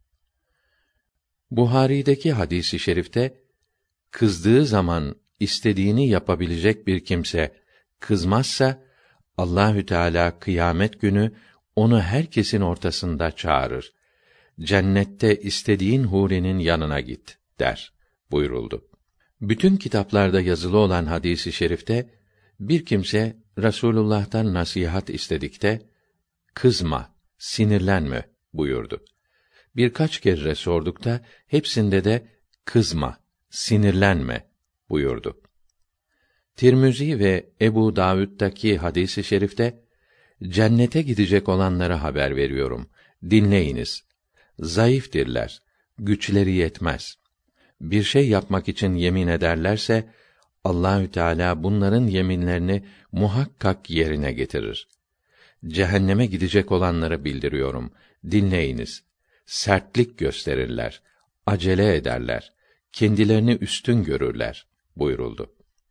Buhari'deki hadis-i şerifte, kızdığı zaman istediğini yapabilecek bir kimse kızmazsa, Allahü Teala kıyamet günü onu herkesin ortasında çağırır. Cennette istediğin hurinin yanına git der buyuruldu. Bütün kitaplarda yazılı olan hadisi i şerifte bir kimse Resulullah'tan nasihat istedikte kızma, sinirlenme buyurdu. Birkaç kere sordukta hepsinde de kızma, sinirlenme buyurdu. Tirmizi ve Ebu Davud'daki hadis-i şerifte cennete gidecek olanlara haber veriyorum. Dinleyiniz. Zayıftirlar, güçleri yetmez. Bir şey yapmak için yemin ederlerse Allahü Teala bunların yeminlerini muhakkak yerine getirir. Cehenneme gidecek olanları bildiriyorum. Dinleyiniz. Sertlik gösterirler, acele ederler, kendilerini üstün görürler buyuruldu.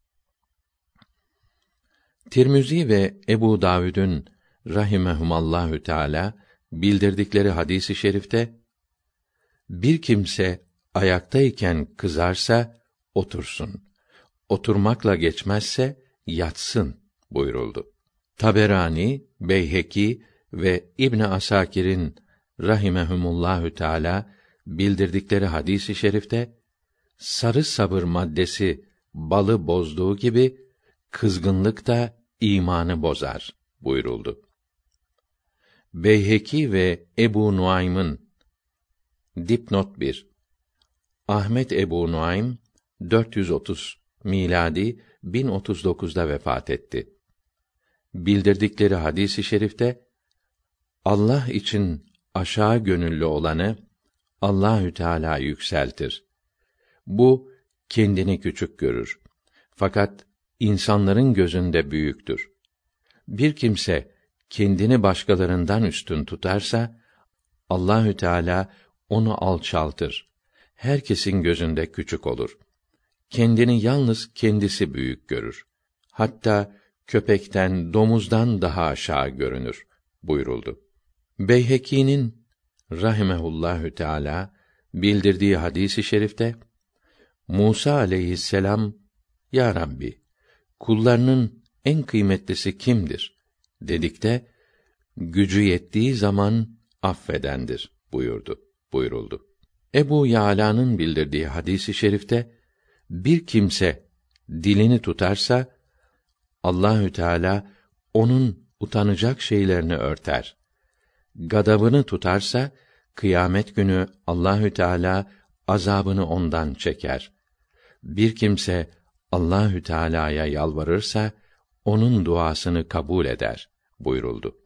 Tirmizi ve Ebu Davud'un rahimehumallahü teâlâ bildirdikleri hadis-i şerifte bir kimse ayaktayken kızarsa otursun. Oturmakla geçmezse yatsın buyuruldu. Taberani, Beyheki ve İbn Asakir'in rahimehumullahü teâlâ bildirdikleri hadis-i şerifte sarı sabır maddesi balı bozduğu gibi kızgınlık da imanı bozar buyuruldu. Beyheki ve Ebu Nuaym'ın dipnot bir Ahmet Ebu Nuaym dört yüz otuz miladi bin otuz dokuzda vefat etti. Bildirdikleri hadis-i şerifte Allah için aşağı gönüllü olanı Allahü Teala yükseltir. Bu kendini küçük görür. Fakat insanların gözünde büyüktür. Bir kimse kendini başkalarından üstün tutarsa Allahü Teala onu alçaltır. Herkesin gözünde küçük olur. Kendini yalnız kendisi büyük görür. Hatta köpekten, domuzdan daha aşağı görünür buyuruldu. Beyheki'nin rahimehullahü teâlâ bildirdiği hadis-i şerifte Musa aleyhisselam Ya Rabbi, kullarının en kıymetlisi kimdir dedikte gücü yettiği zaman affedendir buyurdu. Buyuruldu. Ebu Yâlâ'nın bildirdiği hadis-i şerifte bir kimse dilini tutarsa Allahü Teala onun utanacak şeylerini örter. Gadabını tutarsa kıyamet günü Allahü Teala azabını ondan çeker. Bir kimse Allahü Teala'ya yalvarırsa onun duasını kabul eder buyuruldu.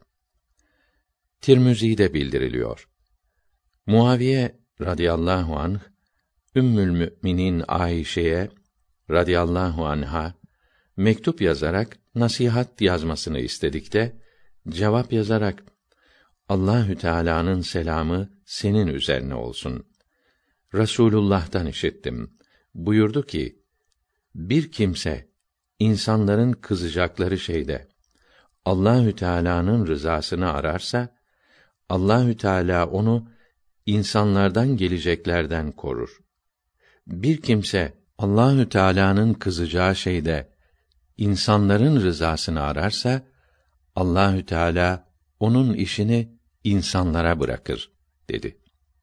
Tirmizi'de bildiriliyor. Muaviye radıyallahu anh Ümmül Müminin Ayşe'ye radıyallahu anha mektup yazarak nasihat yazmasını istedikte cevap yazarak Allahü Teala'nın selamı senin üzerine olsun. Resulullah'tan işittim. Buyurdu ki, bir kimse insanların kızacakları şeyde Allahü Teala'nın rızasını ararsa Allahü Teala onu insanlardan geleceklerden korur. Bir kimse Allahü Teala'nın kızacağı şeyde insanların rızasını ararsa Allahü Teala onun işini insanlara bırakır dedi.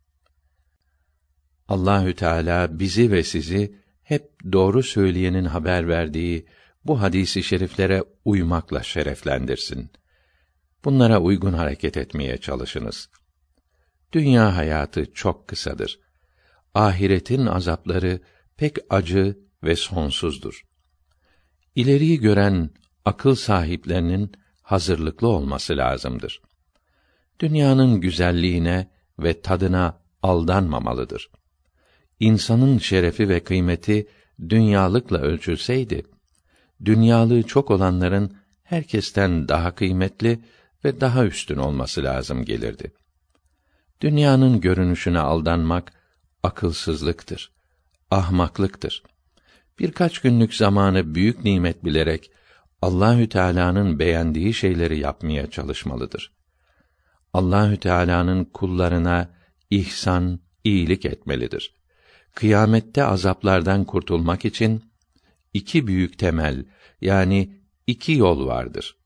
Allahü Teala bizi ve sizi hep doğru söyleyenin haber verdiği bu hadis-i şeriflere uymakla şereflendirsin. Bunlara uygun hareket etmeye çalışınız. Dünya hayatı çok kısadır. Ahiretin azapları pek acı ve sonsuzdur. İleriyi gören akıl sahiplerinin hazırlıklı olması lazımdır. Dünyanın güzelliğine ve tadına aldanmamalıdır. İnsanın şerefi ve kıymeti dünyalıkla ölçülseydi, dünyalığı çok olanların herkesten daha kıymetli ve daha üstün olması lazım gelirdi. Dünyanın görünüşüne aldanmak akılsızlıktır, ahmaklıktır. Birkaç günlük zamanı büyük nimet bilerek Allahü Teala'nın beğendiği şeyleri yapmaya çalışmalıdır. Allahü Teala'nın kullarına ihsan, iyilik etmelidir. Kıyamette azaplardan kurtulmak için iki büyük temel, yani iki yol vardır.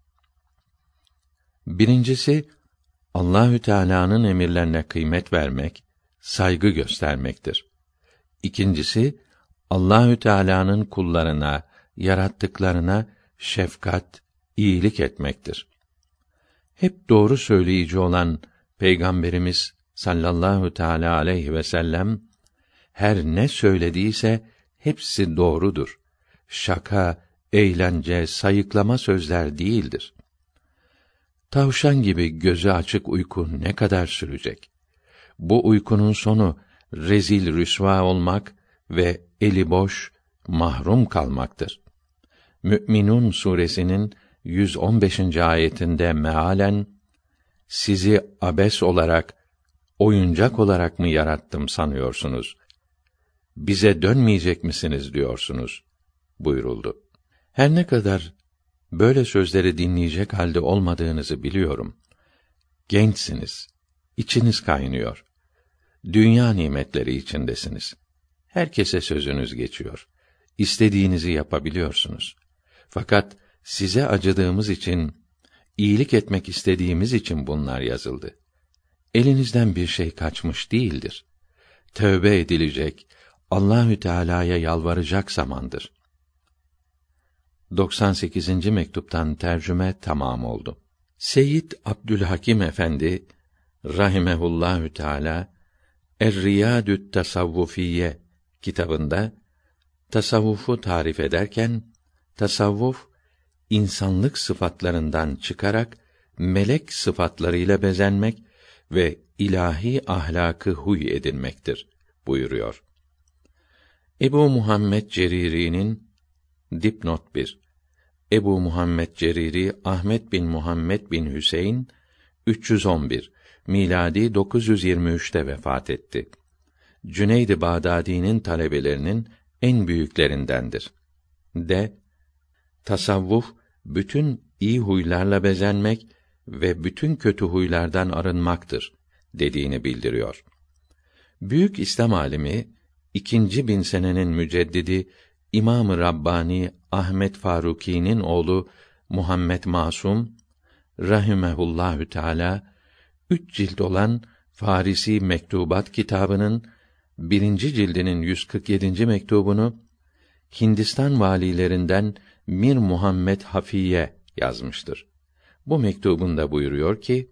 Birincisi, Allahü Teala'nın emirlerine kıymet vermek, saygı göstermektir. İkincisi, Allahü Teala'nın kullarına, yarattıklarına şefkat, iyilik etmektir. Hep doğru söyleyici olan Peygamberimiz sallallahu teâlâ aleyhi ve sellem her ne söylediyse hepsi doğrudur. Şaka, eğlence, sayıklama sözler değildir. Tavşan gibi gözü açık uyku ne kadar sürecek? Bu uykunun sonu rezil rüsva olmak ve eli boş, mahrum kalmaktır. Mü'minun suresinin yüz on beşinci ayetinde mealen, sizi abes olarak, oyuncak olarak mı yarattım sanıyorsunuz? Bize dönmeyecek misiniz diyorsunuz buyuruldu. Her ne kadar böyle sözleri dinleyecek halde olmadığınızı biliyorum. Gençsiniz, içiniz kaynıyor. Dünya nimetleri içindesiniz. Herkese sözünüz geçiyor. İstediğinizi yapabiliyorsunuz. Fakat size acıdığımız için, iyilik etmek istediğimiz için bunlar yazıldı. Elinizden bir şey kaçmış değildir. Tövbe edilecek, Allahü Teala'ya yalvaracak zamandır. doksan sekizinci mektuptan tercüme tamam oldu. Seyyid Abdülhakim Efendi rahimehullahü teâlâ Er-Riyâdü't Tasavvufiyye kitabında tasavvufu tarif ederken, tasavvuf insanlık sıfatlarından çıkarak melek sıfatlarıyla bezenmek ve ilahi ahlakı huy edinmektir buyuruyor. Ebu Muhammed Ceriri'nin dipnot bir. Ebu Muhammed Ceriri Ahmet bin Muhammed bin Hüseyin üç yüz on bir miladi dokuz yüz yirmi üçte vefat etti. Cüneyd-i Bağdadi'nin talebelerinin en büyüklerindendir. De tasavvuf bütün iyi huylarla bezenmek ve bütün kötü huylardan arınmaktır dediğini bildiriyor. Büyük İslam alimi ikinci bin senenin müceddidi İmam-ı Rabbani Ahmet Faruki'nin oğlu Muhammed Masum rahimehullahü teâlâ üç cilt olan Farisi Mektubat kitabının birinci cildinin yüz kırk yedinci mektubunu Hindistan valilerinden Mir Muhammed Hafiye yazmıştır. Bu mektubunda buyuruyor ki: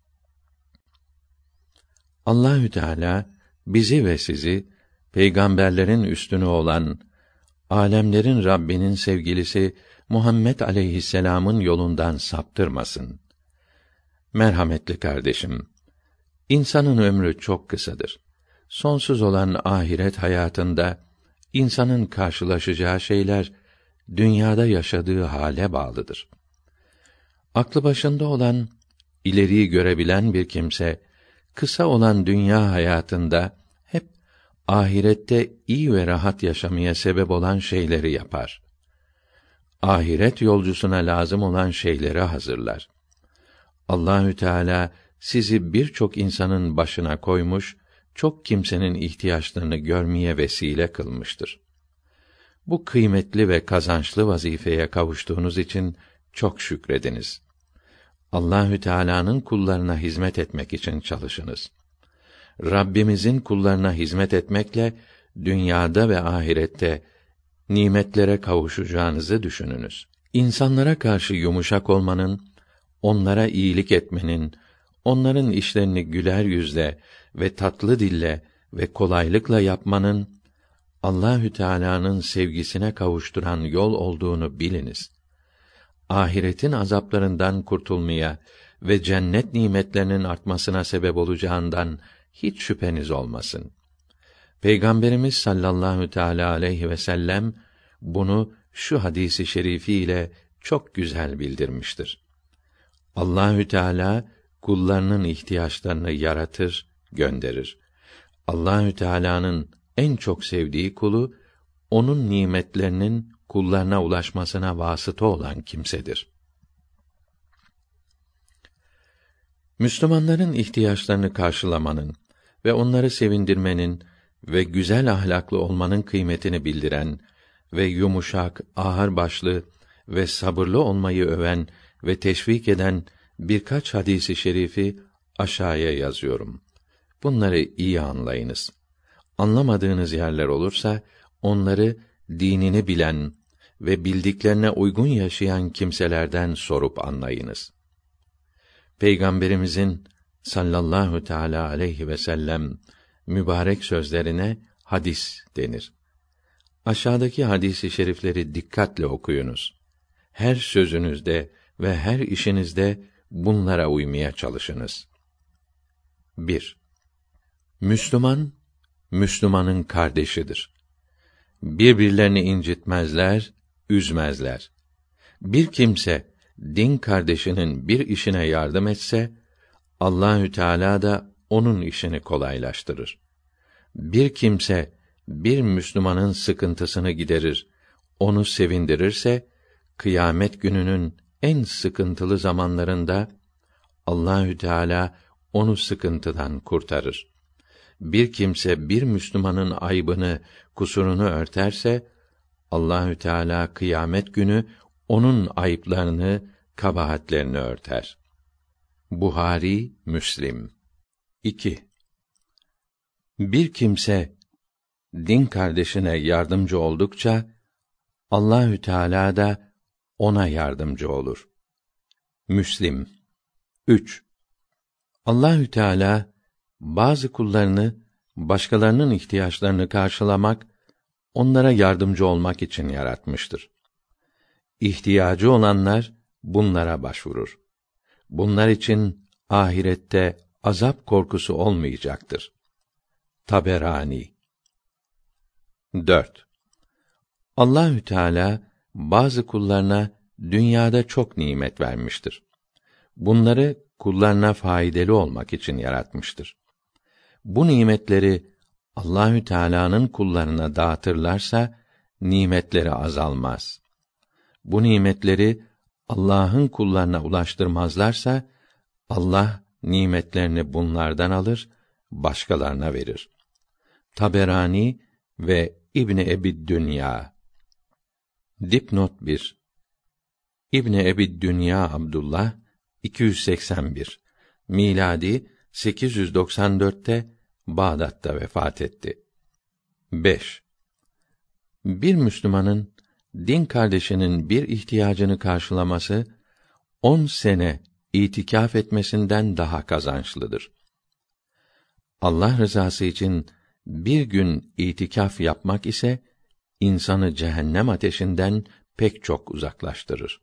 Allahü Teala bizi ve sizi peygamberlerin üstünü olan alemlerin Rabbinin sevgilisi Muhammed aleyhisselam'ın yolundan saptırmasın. Merhametli kardeşim, insanın ömrü çok kısadır. Sonsuz olan ahiret hayatında insanın karşılaşacağı şeyler dünyada yaşadığı hale bağlıdır. Aklı başında olan, ileriyi görebilen bir kimse kısa olan dünya hayatında hep ahirette iyi ve rahat yaşamaya sebep olan şeyleri yapar. Ahiret yolcusuna lazım olan şeyleri hazırlar. Allahü Teala sizi birçok insanın başına koymuş, çok kimsenin ihtiyaçlarını görmeye vesile kılmıştır. Bu kıymetli ve kazançlı vazifeye kavuştuğunuz için çok şükrediniz. Allahü Teala'nın kullarına hizmet etmek için çalışınız. Rabbimizin kullarına hizmet etmekle dünyada ve ahirette nimetlere kavuşacağınızı düşününüz. İnsanlara karşı yumuşak olmanın, onlara iyilik etmenin, onların işlerini güler yüzle ve tatlı dille ve kolaylıkla yapmanın Allahü Teala'nın sevgisine kavuşturan yol olduğunu biliniz. Ahiretin azaplarından kurtulmaya ve cennet nimetlerinin artmasına sebep olacağından hiç şüpheniz olmasın. Peygamberimiz sallallahu teâlâ aleyhi ve sellem bunu şu hadisi şerifiyle çok güzel bildirmiştir. Allahü Teala kullarının ihtiyaçlarını yaratır, gönderir. Allahü Teala'nın en çok sevdiği kulu, onun nimetlerinin kullarına ulaşmasına vasıta olan kimsedir. Müslümanların ihtiyaçlarını karşılamanın ve onları sevindirmenin ve güzel ahlaklı olmanın kıymetini bildiren ve yumuşak, ağırbaşlı ve sabırlı olmayı öven ve teşvik eden birkaç hadisi şerifi aşağıya yazıyorum. Bunları iyi anlayınız. anlamadığınız yerler olursa, onları dinini bilen ve bildiklerine uygun yaşayan kimselerden sorup anlayınız. Peygamberimizin sallallahu teâlâ aleyhi ve sellem mübarek sözlerine hadis denir. Aşağıdaki hadis-i şerifleri dikkatle okuyunuz. Her sözünüzde ve her işinizde bunlara uymaya çalışınız. bir. Müslüman, Müslümanın kardeşidir. Birbirlerini incitmezler, üzmezler. Bir kimse din kardeşinin bir işine yardım etse, Allahü Teala da onun işini kolaylaştırır. Bir kimse bir Müslümanın sıkıntısını giderir, onu sevindirirse, kıyamet gününün en sıkıntılı zamanlarında Allahü Teala onu sıkıntıdan kurtarır. Bir kimse bir Müslümanın aybını, kusurunu örterse, Allahü Teala kıyamet günü onun ayıplarını, kabahatlerini örter. Buhari, Müslim. iki. Bir kimse din kardeşine yardımcı oldukça Allahü Teala da ona yardımcı olur. Müslim. üç. Allahü Teala bazı kullarını başkalarının ihtiyaçlarını karşılamak, onlara yardımcı olmak için yaratmıştır. İhtiyacı olanlar bunlara başvurur. Bunlar için ahirette azap korkusu olmayacaktır. Taberani. dört. Allahü Teala bazı kullarına dünyada çok nimet vermiştir. Bunları kullarına faydalı olmak için yaratmıştır. Bu nimetleri Allahü Teala'nın kullarına dağıtırlarsa nimetleri azalmaz. Bu nimetleri Allah'ın kullarına ulaştırmazlarsa Allah nimetlerini bunlardan alır, başkalarına verir. Taberani ve İbn Ebi'd-Dünya. Dipnot bir. İbn Ebi'd-Dünya Abdullah iki yüz seksen bir miladi sekiz yüz doksan dörtte Bağdat'ta vefat etti. beş. Bir Müslümanın din kardeşinin bir ihtiyacını karşılaması on sene itikaf etmesinden daha kazançlıdır. Allah rızası için bir gün itikaf yapmak ise insanı cehennem ateşinden pek çok uzaklaştırır.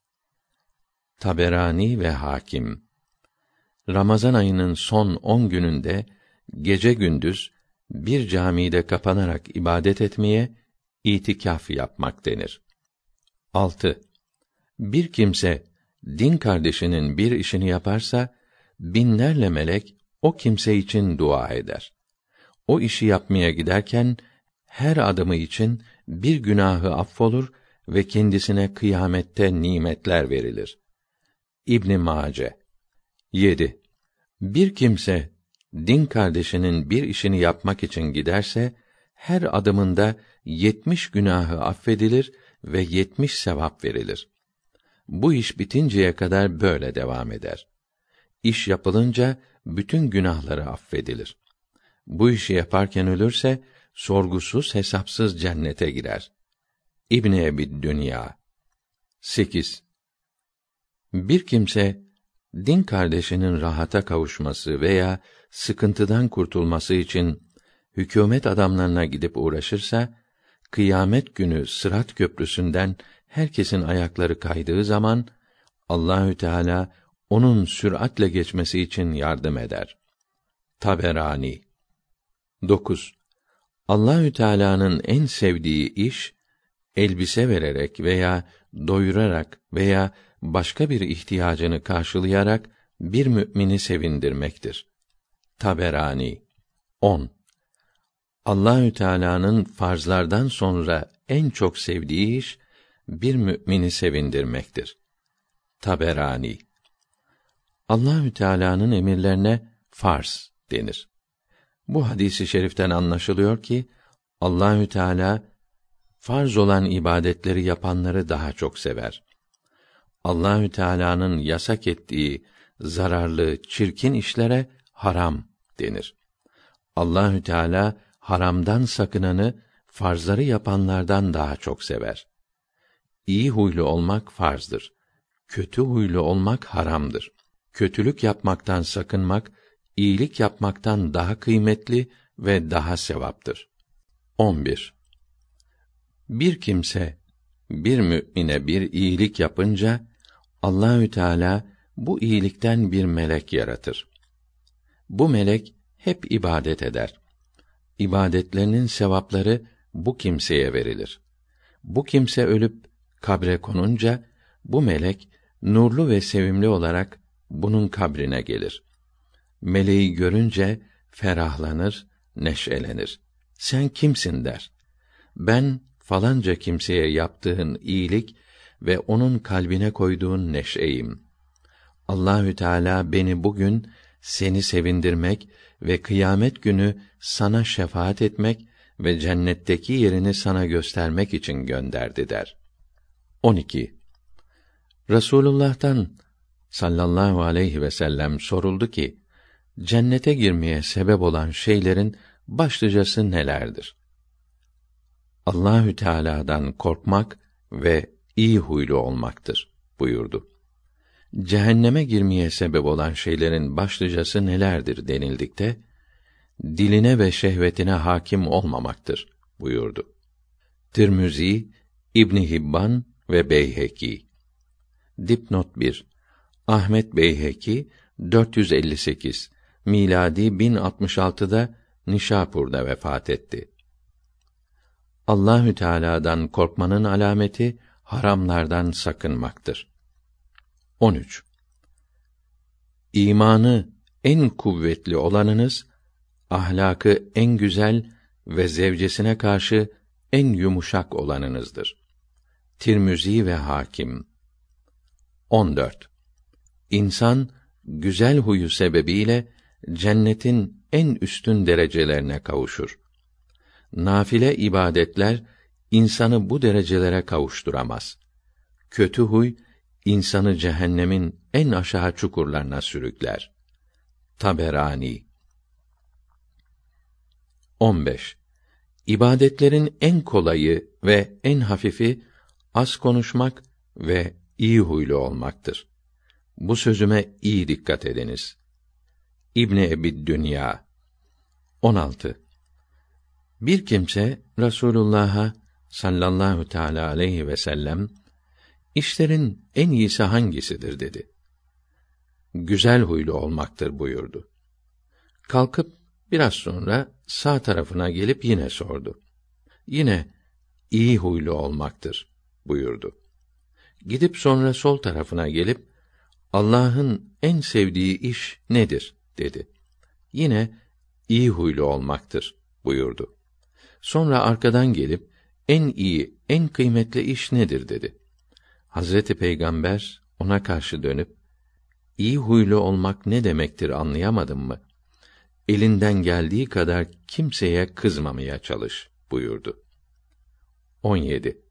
Taberani ve Hakim. Ramazan ayının son on gününde gece gündüz bir camide kapanarak ibadet etmeye itikaf yapmak denir. altı. Bir kimse din kardeşinin bir işini yaparsa binlerle melek o kimse için dua eder. O işi yapmaya giderken her adımı için bir günahı affolur ve kendisine kıyamette nimetler verilir. İbn Mace. yedi. Bir kimse din kardeşinin bir işini yapmak için giderse her adımında yetmiş günahı affedilir ve yetmiş sevap verilir. Bu iş bitinceye kadar böyle devam eder. İş yapılınca bütün günahları affedilir. Bu işi yaparken ölürse sorgusuz hesapsız cennete girer. İbn Ebi'd-Dünya. sekiz. Bir kimse din kardeşinin rahata kavuşması veya sıkıntıdan kurtulması için hükümet adamlarına gidip uğraşırsa, kıyamet günü Sırat köprüsünden herkesin ayakları kaydığı zaman Allahü Teala onun süratle geçmesi için yardım eder. Taberani. dokuz. Allahü Teala'nın en sevdiği iş elbise vererek veya doyurarak veya başka bir ihtiyacını karşılayarak bir mümini sevindirmektir. Taberani. on. Allahü Teala'nın farzlardan sonra en çok sevdiği iş bir mümini sevindirmektir. Taberani. Allahü Teala'nın emirlerine farz denir. Bu hadisi şeriften anlaşılıyor ki Allahü Teala farz olan ibadetleri yapanları daha çok sever. Allahü Teala'nın yasak ettiği zararlı, çirkin işlere haram denir. Allahü Teala haramdan sakınanı farzları yapanlardan daha çok sever. İyi huylu olmak farzdır. Kötü huylu olmak haramdır. Kötülük yapmaktan sakınmak, iyilik yapmaktan daha kıymetli ve daha sevaptır. on bir. Bir kimse bir mümine bir iyilik yapınca Allahü Teala bu iyilikten bir melek yaratır. Bu melek hep ibadet eder. İbadetlerinin sevapları bu kimseye verilir. Bu kimse ölüp kabre konunca bu melek nurlu ve sevimli olarak bunun kabrine gelir. Meleği görünce ferahlanır, neşelenir. Sen kimsin der. Ben falanca kimseye yaptığın iyilik ve onun kalbine koyduğun neşeyim. Allahü Teala beni bugün seni sevindirmek ve kıyamet günü sana şefaat etmek ve cennetteki yerini sana göstermek için gönderdi der. on iki. Resulullah'tan sallallahu aleyhi ve sellem soruldu ki, cennete girmeye sebep olan şeylerin başlıcası nelerdir? Allahü Teala'dan korkmak ve iyi huylu olmaktır buyurdu. Cehenneme girmeye sebep olan şeylerin başlıcası nelerdir denildikte, diline ve şehvetine hakim olmamaktır buyurdu. Tirmizi, İbn Hibban ve Beyheki. Dipnot bir. Ahmet Beyheki dört yüz elli sekiz miladi bin altmış altıda Nişapur'da vefat etti. Allahü Teala'dan korkmanın alameti haramlardan sakınmaktır. on üç. İmanı en kuvvetli olanınız, ahlakı en güzel ve zevcesine karşı en yumuşak olanınızdır. Tirmizi ve Hakim. on dört. İnsan güzel huyu sebebiyle cennetin en üstün derecelerine kavuşur. Nafile ibadetler insanı bu derecelere kavuşturamaz. Kötü huy insanı cehennemin en aşağı çukurlarına sürükler. Taberani. on beş. İbadetlerin en kolayı ve en hafifi az konuşmak ve iyi huylu olmaktır. Bu sözüme iyi dikkat ediniz. İbn Ebi'd-Dünya. on altı. Bir kimse Resulullah'a sallallahu teâlâ aleyhi ve sellem, İşlerin en iyisi hangisidir dedi. Güzel huylu olmaktır buyurdu. Kalkıp biraz sonra sağ tarafına gelip yine sordu. Yine iyi huylu olmaktır buyurdu. Gidip sonra sol tarafına gelip Allah'ın en sevdiği iş nedir dedi. Yine iyi huylu olmaktır buyurdu. Sonra arkadan gelip en iyi, en kıymetli iş nedir dedi. Hazreti Peygamber ona karşı dönüp, iyi huylu olmak ne demektir anlayamadın mı? Elinden geldiği kadar kimseye kızmamaya çalış buyurdu. on yedi.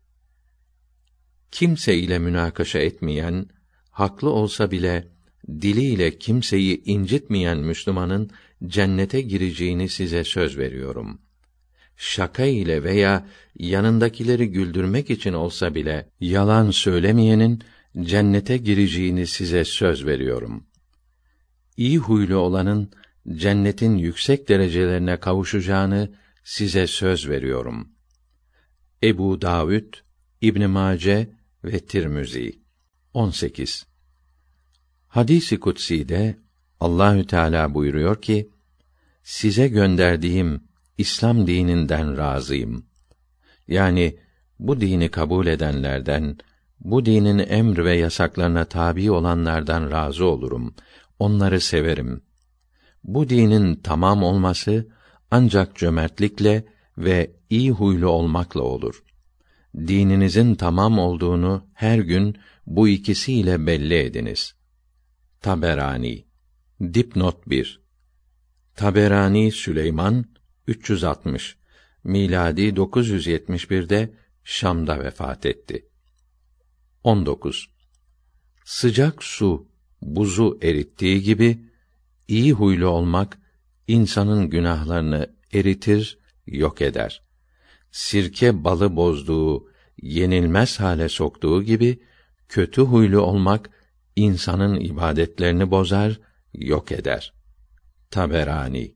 Kimse ile münakaşa etmeyen, haklı olsa bile diliyle kimseyi incitmeyen Müslümanın cennete gireceğini size söz veriyorum. Şaka ile veya yanındakileri güldürmek için olsa bile yalan söylemeyenin cennete gireceğini size söz veriyorum. İyi huylu olanın cennetin yüksek derecelerine kavuşacağını size söz veriyorum. Ebu Davud, İbn Mace ve Tirmizi. on sekiz. Hadis-i kutsi'de Allahü Teala buyuruyor ki: Size gönderdiğim İslam dininden razıyım. Yani bu dini kabul edenlerden, bu dinin emr ve yasaklarına tabi olanlardan razı olurum. Onları severim. Bu dinin tamam olması ancak cömertlikle ve iyi huylu olmakla olur. Dininizin tamam olduğunu her gün bu ikisiyle belli ediniz. Taberani. Dipnot bir. Taberani Süleyman üç yüz altmış miladi dokuz yüz yetmiş birde Şam'da vefat etti. on dokuz. Sıcak su buzu erittiği gibi iyi huylu olmak insanın günahlarını eritir, yok eder. Sirke balı bozduğu, yenilmez hale soktuğu gibi, kötü huylu olmak, insanın ibadetlerini bozar, yok eder. Taberani.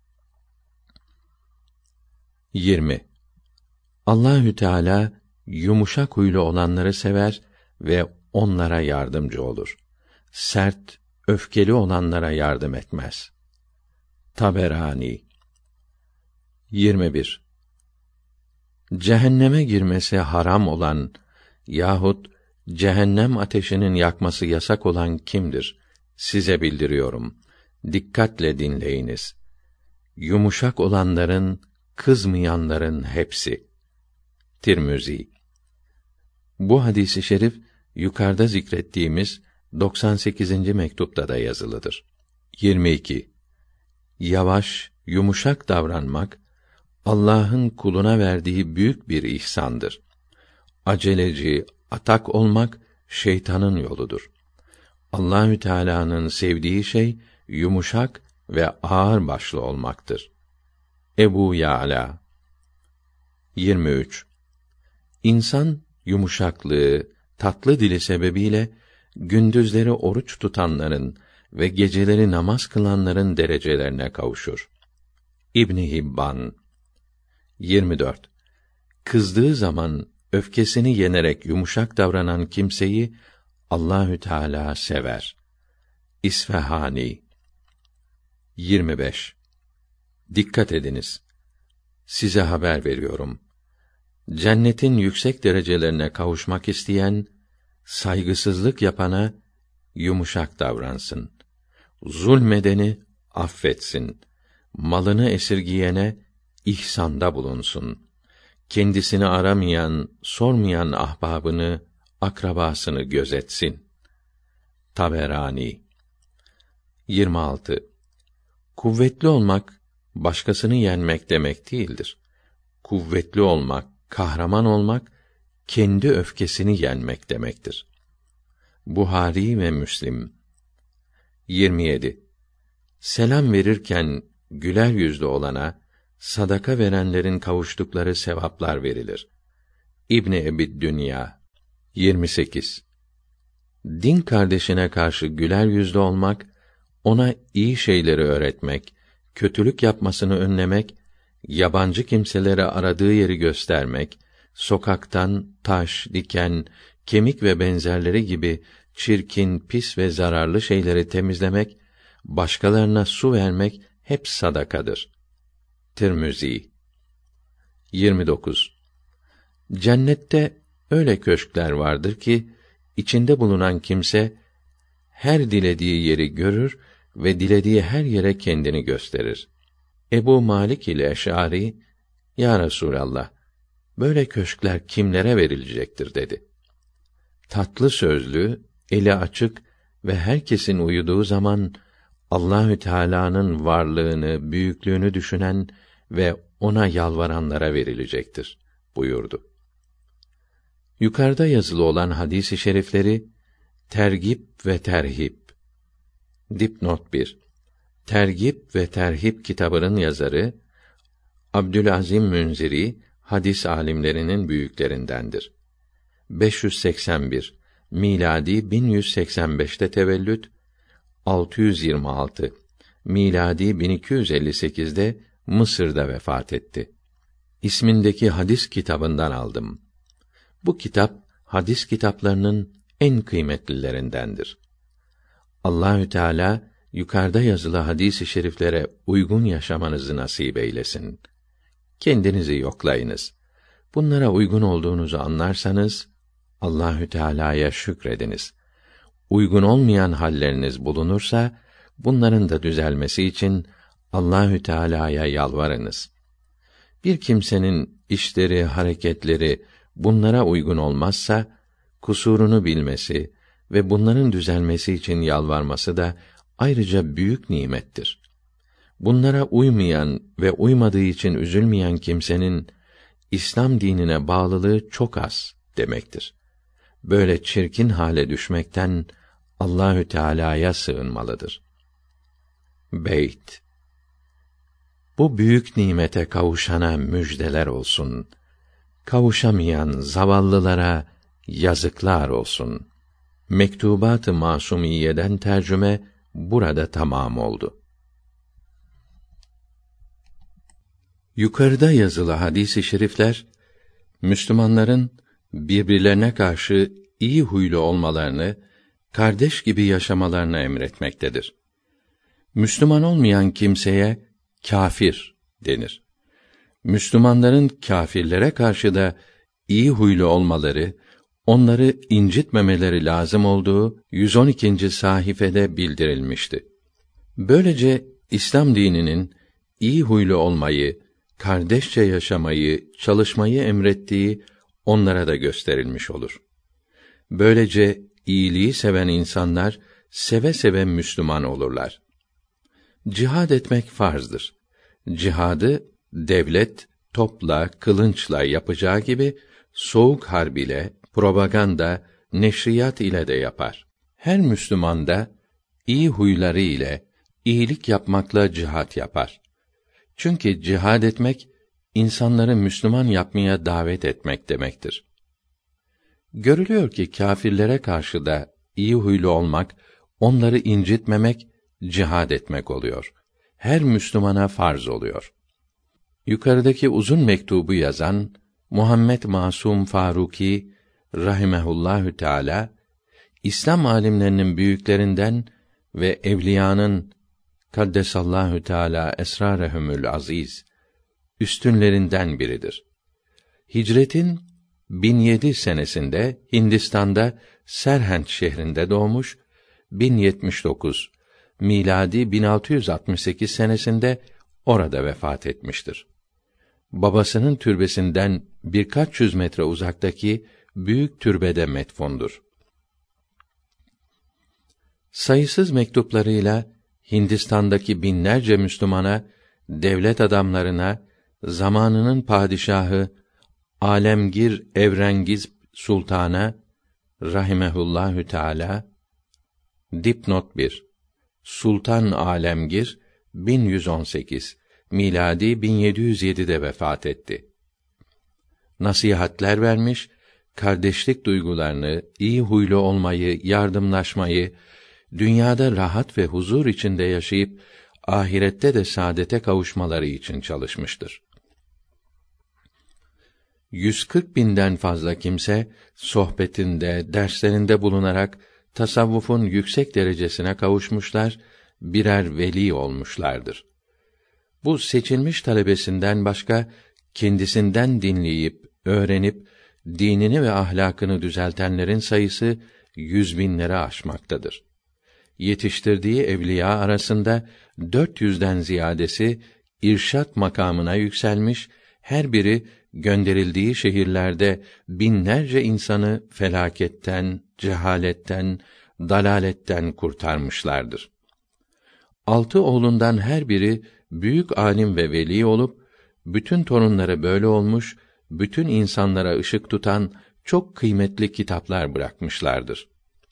yirmi. Allahü Teala yumuşak huylu olanları sever ve onlara yardımcı olur. Sert, öfkeli olanlara yardım etmez. Taberani. yirmi bir. Cehenneme girmesi haram olan yahut cehennem ateşinin yakması yasak olan kimdir? Size bildiriyorum. Dikkatle dinleyiniz. Yumuşak olanların, kızmayanların hepsi. Tirmizi. Bu hadisi şerif yukarıda zikrettiğimiz doksan sekizinci mektupta da yazılıdır. yirmi iki. Yavaş, yumuşak davranmak Allah'ın kuluna verdiği büyük bir ihsandır. Aceleci, atak olmak şeytanın yoludur. Allahü Teala'nın sevdiği şey yumuşak ve ağır başlı olmaktır. Ebu Ya'la. yirmi üç. İnsan yumuşaklığı, tatlı dili sebebiyle gündüzleri oruç tutanların ve geceleri namaz kılanların derecelerine kavuşur. İbn Hibban. yirmi dört. Kızdığı zaman öfkesini yenerek yumuşak davranan kimseyi Allahü Teala sever. İsfahani. yirmi beş. Dikkat ediniz. Size haber veriyorum. Cennetin yüksek derecelerine kavuşmak isteyen, saygısızlık yapana yumuşak davransın. Zulmedeni affetsin. Malını esirgiyene ihsanda bulunsun. Kendisini aramayan, sormayan ahbabını, akrabasını gözetsin. Taberani. yirmi altı. Kuvvetli olmak, başkasını yenmek demek değildir. Kuvvetli olmak, kahraman olmak, kendi öfkesini yenmek demektir. Buhari ve Müslim. yirmi yedi. Selam verirken güler yüzlü olana, sadaka verenlerin kavuştukları sevaplar verilir. İbn Ebi Dünya. yirmi sekiz. Din kardeşine karşı güler yüzlü olmak, ona iyi şeyleri öğretmek, kötülük yapmasını önlemek, yabancı kimselere aradığı yeri göstermek, sokaktan taş, diken, kemik ve benzerleri gibi çirkin, pis ve zararlı şeyleri temizlemek, başkalarına su vermek hep sadakadır. Tirmizi. yirmi dokuz. Cennette öyle köşkler vardır ki, içinde bulunan kimse, her dilediği yeri görür ve dilediği her yere kendini gösterir. Ebu Malik ile Eş'ari, Ya Resûlallah, böyle köşkler kimlere verilecektir dedi. Tatlı sözlü, eli açık ve herkesin uyuduğu zaman, Allahü Teala'nın varlığını, büyüklüğünü düşünen ve ona yalvaranlara verilecektir buyurdu. Yukarıda yazılı olan hadis-i şerifleri tergib ve terhib. Dipnot bir. Tergib ve Terhib kitabının yazarı Abdülazim Münziri, hadis alimlerinin büyüklerindendir. beş yüz seksen bir miladi bin yüz seksen beşte tevellüt, altı yüz yirmi altı miladi bin iki yüz elli sekizde Mısır'da vefat etti. İsmindeki hadis kitabından aldım. Bu kitap hadis kitaplarının en kıymetlilerindendir. Allahü Teala yukarıda yazılı hadis-i şeriflere uygun yaşamanızı nasip eylesin. Kendinizi yoklayınız. Bunlara uygun olduğunuzu anlarsanız Allahü Teala'ya şükrediniz. Uygun olmayan halleriniz bulunursa bunların da düzelmesi için Allahü Teala'ya yalvarınız. Bir kimsenin işleri, hareketleri bunlara uygun olmazsa kusurunu bilmesi ve bunların düzelmesi için yalvarması da ayrıca büyük nimettir. Bunlara uymayan ve uymadığı için üzülmeyen kimsenin İslam dinine bağlılığı çok az demektir. Böyle çirkin hale düşmekten Allahü Teala'ya sığınmalıdır. Beyt. Bu büyük nimete kavuşana müjdeler olsun. Kavuşamayan zavallılara yazıklar olsun. Mektubat-ı Masumiyye'den tercüme burada tamam oldu. Yukarıda yazılı hadis-i şerifler, Müslümanların birbirlerine karşı iyi huylu olmalarını, kardeş gibi yaşamalarını emretmektedir. Müslüman olmayan kimseye kâfir denir. Müslümanların kâfirlere karşı da iyi huylu olmaları, onları incitmemeleri lazım olduğu yüz on ikinci sayfede bildirilmişti. Böylece İslam dininin iyi huylu olmayı, kardeşçe yaşamayı, çalışmayı emrettiği onlara da gösterilmiş olur. Böylece iyiliği seven insanlar seve seve Müslüman olurlar. Cihad etmek farzdır. Cihadı devlet topla, kılınçla yapacağı gibi soğuk harp ile, propaganda, neşriyat ile de yapar. Her Müslüman da iyi huyları ile iyilik yapmakla cihat yapar. Çünkü cihad etmek insanları Müslüman yapmaya davet etmek demektir. Görülüyor ki kâfirlere karşı da iyi huylu olmak, onları incitmemek, cihad etmek oluyor. Her Müslümana farz oluyor. Yukarıdaki uzun mektubu yazan Muhammed Masum Faruki rahimehullahü teâlâ, İslam âlimlerinin büyüklerinden ve evliyanın kaddesallahu teâlâ esrarehumül aziz üstünlerinden biridir. Hicretin bin yedi senesinde Hindistan'da Serhent şehrinde doğmuş, bin yetmiş dokuz miladi bin altı yüz altmış sekiz senesinde orada vefat etmiştir. Babasının türbesinden birkaç yüz metre uzaktaki büyük türbede metfundur. Sayısız mektuplarıyla Hindistan'daki binlerce Müslümana, devlet adamlarına, zamanının padişahı Alemgir Evrengiz Sultan'a rahimehullahü teâlâ, dipnot bir Sultan Alemgir bin yüz on sekiz miladi bin yedi yüz yedi'de vefat etti. Nasihatler vermiş, kardeşlik duygularını, iyi huylu olmayı, yardımlaşmayı, dünyada rahat ve huzur içinde yaşayıp ahirette de saadete kavuşmaları için çalışmıştır. Yüz kırk binden fazla kimse sohbetinde, derslerinde bulunarak tasavvufun yüksek derecesine kavuşmuşlar, birer veli olmuşlardır. Bu seçilmiş talebesinden başka kendisinden dinleyip, öğrenip dinini ve ahlakını düzeltenlerin sayısı yüz binleri aşmaktadır. Yetiştirdiği evliya arasında dört yüzden ziyadesi irşat makamına yükselmiş, her biri gönderildiği şehirlerde binlerce insanı felaketten, cehaletten, dalaletten kurtarmışlardır. Altı oğlundan her biri büyük alim ve veli olup, bütün torunları böyle olmuş, bütün insanlara ışık tutan çok kıymetli kitaplar bırakmışlardır.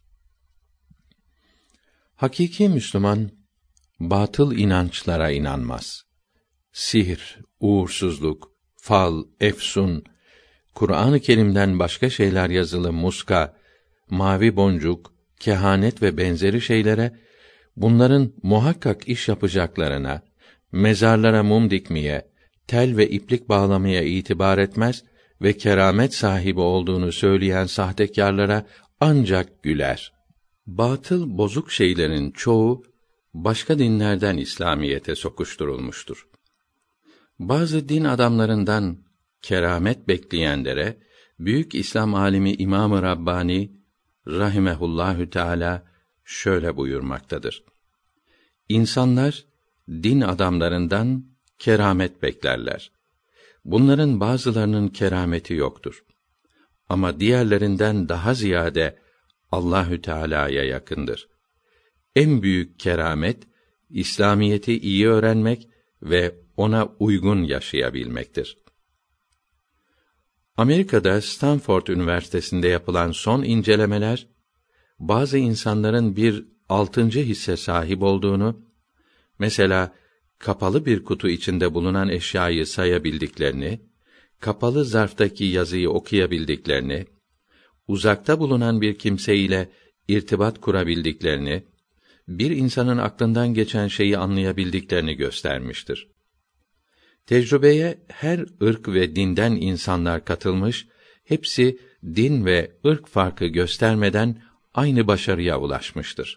Hakiki Müslüman, batıl inançlara inanmaz. Sihir, uğursuzluk, fal, efsun, Kur'an-ı Kerim'den başka şeyler yazılı muska, mavi boncuk, kehanet ve benzeri şeylere, bunların muhakkak iş yapacaklarına, mezarlara mum dikmeye, tel ve iplik bağlamaya itibar etmez ve keramet sahibi olduğunu söyleyen sahtekârlara ancak güler. Batıl, bozuk şeylerin çoğu, başka dinlerden İslamiyete sokuşturulmuştur. Bazı din adamlarından keramet bekleyenlere, büyük İslam alimi İmam-ı Rabbani rahimehullahü teâlâ şöyle buyurmaktadır: İnsanlar din adamlarından keramet beklerler. Bunların bazılarının kerameti yoktur. Ama diğerlerinden daha ziyade Allahü Teala'ya yakındır. En büyük keramet İslamiyeti iyi öğrenmek ve ona uygun yaşayabilmektir. Amerika'da Stanford Üniversitesi'nde yapılan son incelemeler, bazı insanların bir altıncı hisse sahip olduğunu, mesela kapalı bir kutu içinde bulunan eşyayı sayabildiklerini, kapalı zarftaki yazıyı okuyabildiklerini, uzakta bulunan bir kimseyle irtibat kurabildiklerini, bir insanın aklından geçen şeyi anlayabildiklerini göstermiştir. Tecrübeye her ırk ve dinden insanlar katılmış, hepsi din ve ırk farkı göstermeden aynı başarıya ulaşmıştır.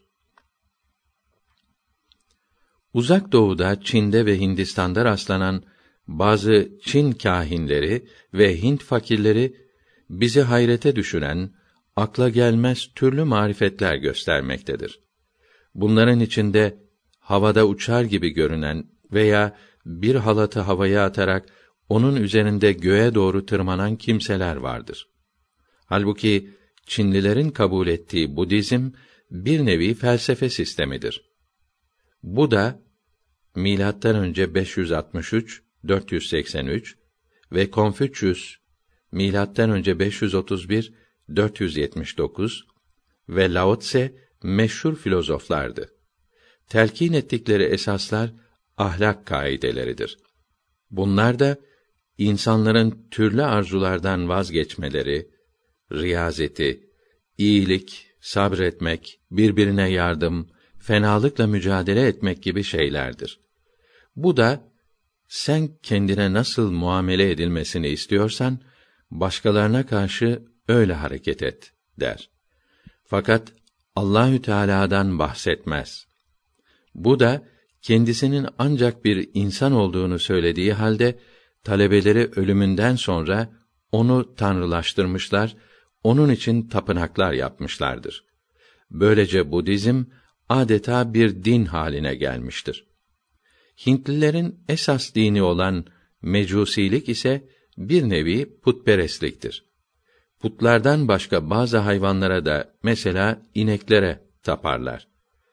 Uzak Doğu'da, Çin'de ve Hindistan'da rastlanan bazı Çin kâhinleri ve Hint fakirleri bizi hayrete düşüren, akla gelmez türlü marifetler göstermektedir. Bunların içinde havada uçar gibi görünen veya bir halatı havaya atarak onun üzerinde göğe doğru tırmanan kimseler vardır. Halbuki Çinlilerin kabul ettiği Budizm bir nevi felsefe sistemidir. Bu da milattan önce beş yüz altmış üç dört yüz seksen üç ve Konfüçyüs milattan önce beş yüz otuz bir dört yüz yetmiş dokuz ve Lao Tse meşhur filozoflardı. Telkin ettikleri esaslar ahlak kaideleridir. Bunlar da insanların türlü arzulardan vazgeçmeleri, riyazeti, iyilik, sabretmek, birbirine yardım, fenalıkla mücadele etmek gibi şeylerdir. Bu da sen kendine nasıl muamele edilmesini istiyorsan başkalarına karşı öyle hareket et der. Fakat Allahü Teala'dan bahsetmez. Bu da kendisinin ancak bir insan olduğunu söylediği halde talebeleri ölümünden sonra onu tanrılaştırmışlar, onun için tapınaklar yapmışlardır. Böylece Budizm adeta bir din haline gelmiştir. Hintlilerin esas dini olan Mecusilik ise bir nevi putperestliktir. Putlardan başka bazı hayvanlara da, mesela ineklere taparlar.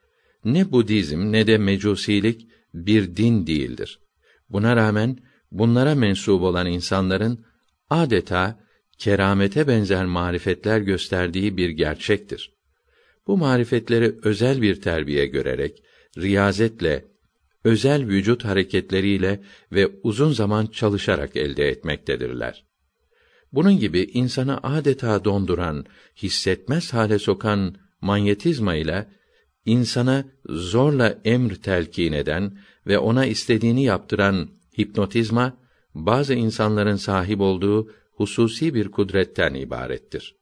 Ne Budizm ne de Mecusilik bir din değildir. Buna rağmen bunlara mensup olan insanların adeta keramete benzer marifetler gösterdiği bir gerçektir. Bu marifetleri özel bir terbiye görerek, riyazetle, özel vücut hareketleriyle ve uzun zaman çalışarak elde etmektedirler. Bunun gibi insanı adeta donduran, hissetmez hale sokan manyetizma ile insana zorla emr telkin eden ve ona istediğini yaptıran hipnotizma, bazı insanların sahip olduğu hususi bir kudretten ibarettir.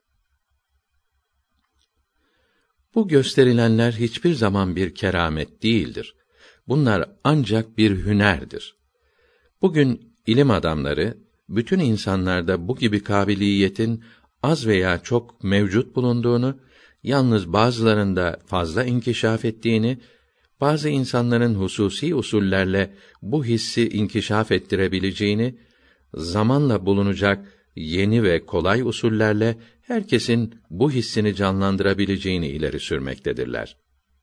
Bu gösterilenler hiçbir zaman bir keramet değildir. Bunlar ancak bir hünerdir. Bugün ilim adamları, bütün insanlarda bu gibi kabiliyetin az veya çok mevcut bulunduğunu, yalnız bazılarında fazla inkişaf ettiğini, bazı insanların hususi usullerle bu hissi inkişaf ettirebileceğini, zamanla bulunacak yeni ve kolay usullerle herkesin bu hissini canlandırabileceğini ileri sürmektedirler.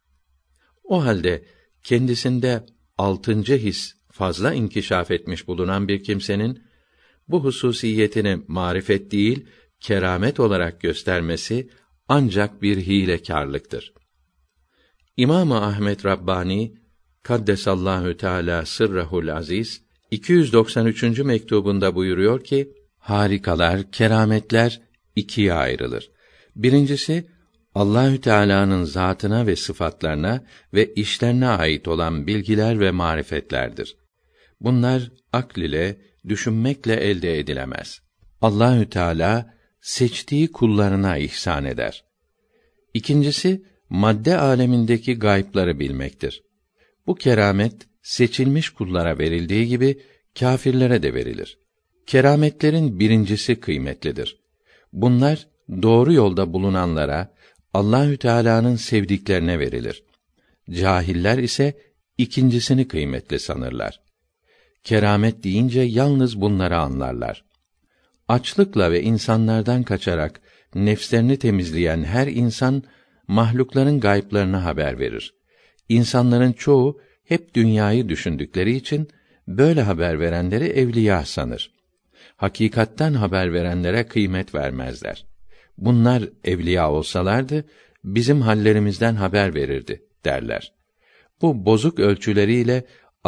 O halde kendisinde altıncı his fazla inkişaf etmiş bulunan bir kimsenin bu hususiyetini marifet değil, keramet olarak göstermesi ancak bir hilekârlıktır. İmam-ı Ahmed Rabbani Kaddesallahu Teala sırrahul aziz iki yüz doksan üçüncü mektubunda buyuruyor ki, harikalar, kerametler ikiye ayrılır. Birincisi, Allahü Teala'nın zatına ve sıfatlarına ve işlerine ait olan bilgiler ve marifetlerdir. Bunlar akl ile, düşünmekle elde edilemez. Allahü Teala seçtiği kullarına ihsan eder. İkincisi, madde alemindeki gaypları bilmektir. Bu keramet seçilmiş kullara verildiği gibi kâfirlere de verilir. Kerametlerin birincisi kıymetlidir. Bunlar doğru yolda bulunanlara, Allahü Teala'nın sevdiklerine verilir. Cahiller ise ikincisini kıymetli sanırlar. Keramet deyince yalnız bunları anlarlar. Açlıkla ve insanlardan kaçarak nefslerini temizleyen her insan mahlukların gayplarını haber verir. İnsanların çoğu hep dünyayı düşündükleri için böyle haber verenleri evliya sanır. Hakikatten haber verenlere kıymet vermezler. Bunlar evliya olsalardı bizim hallerimizden haber verirdi derler. Bu bozuk ölçüleriyle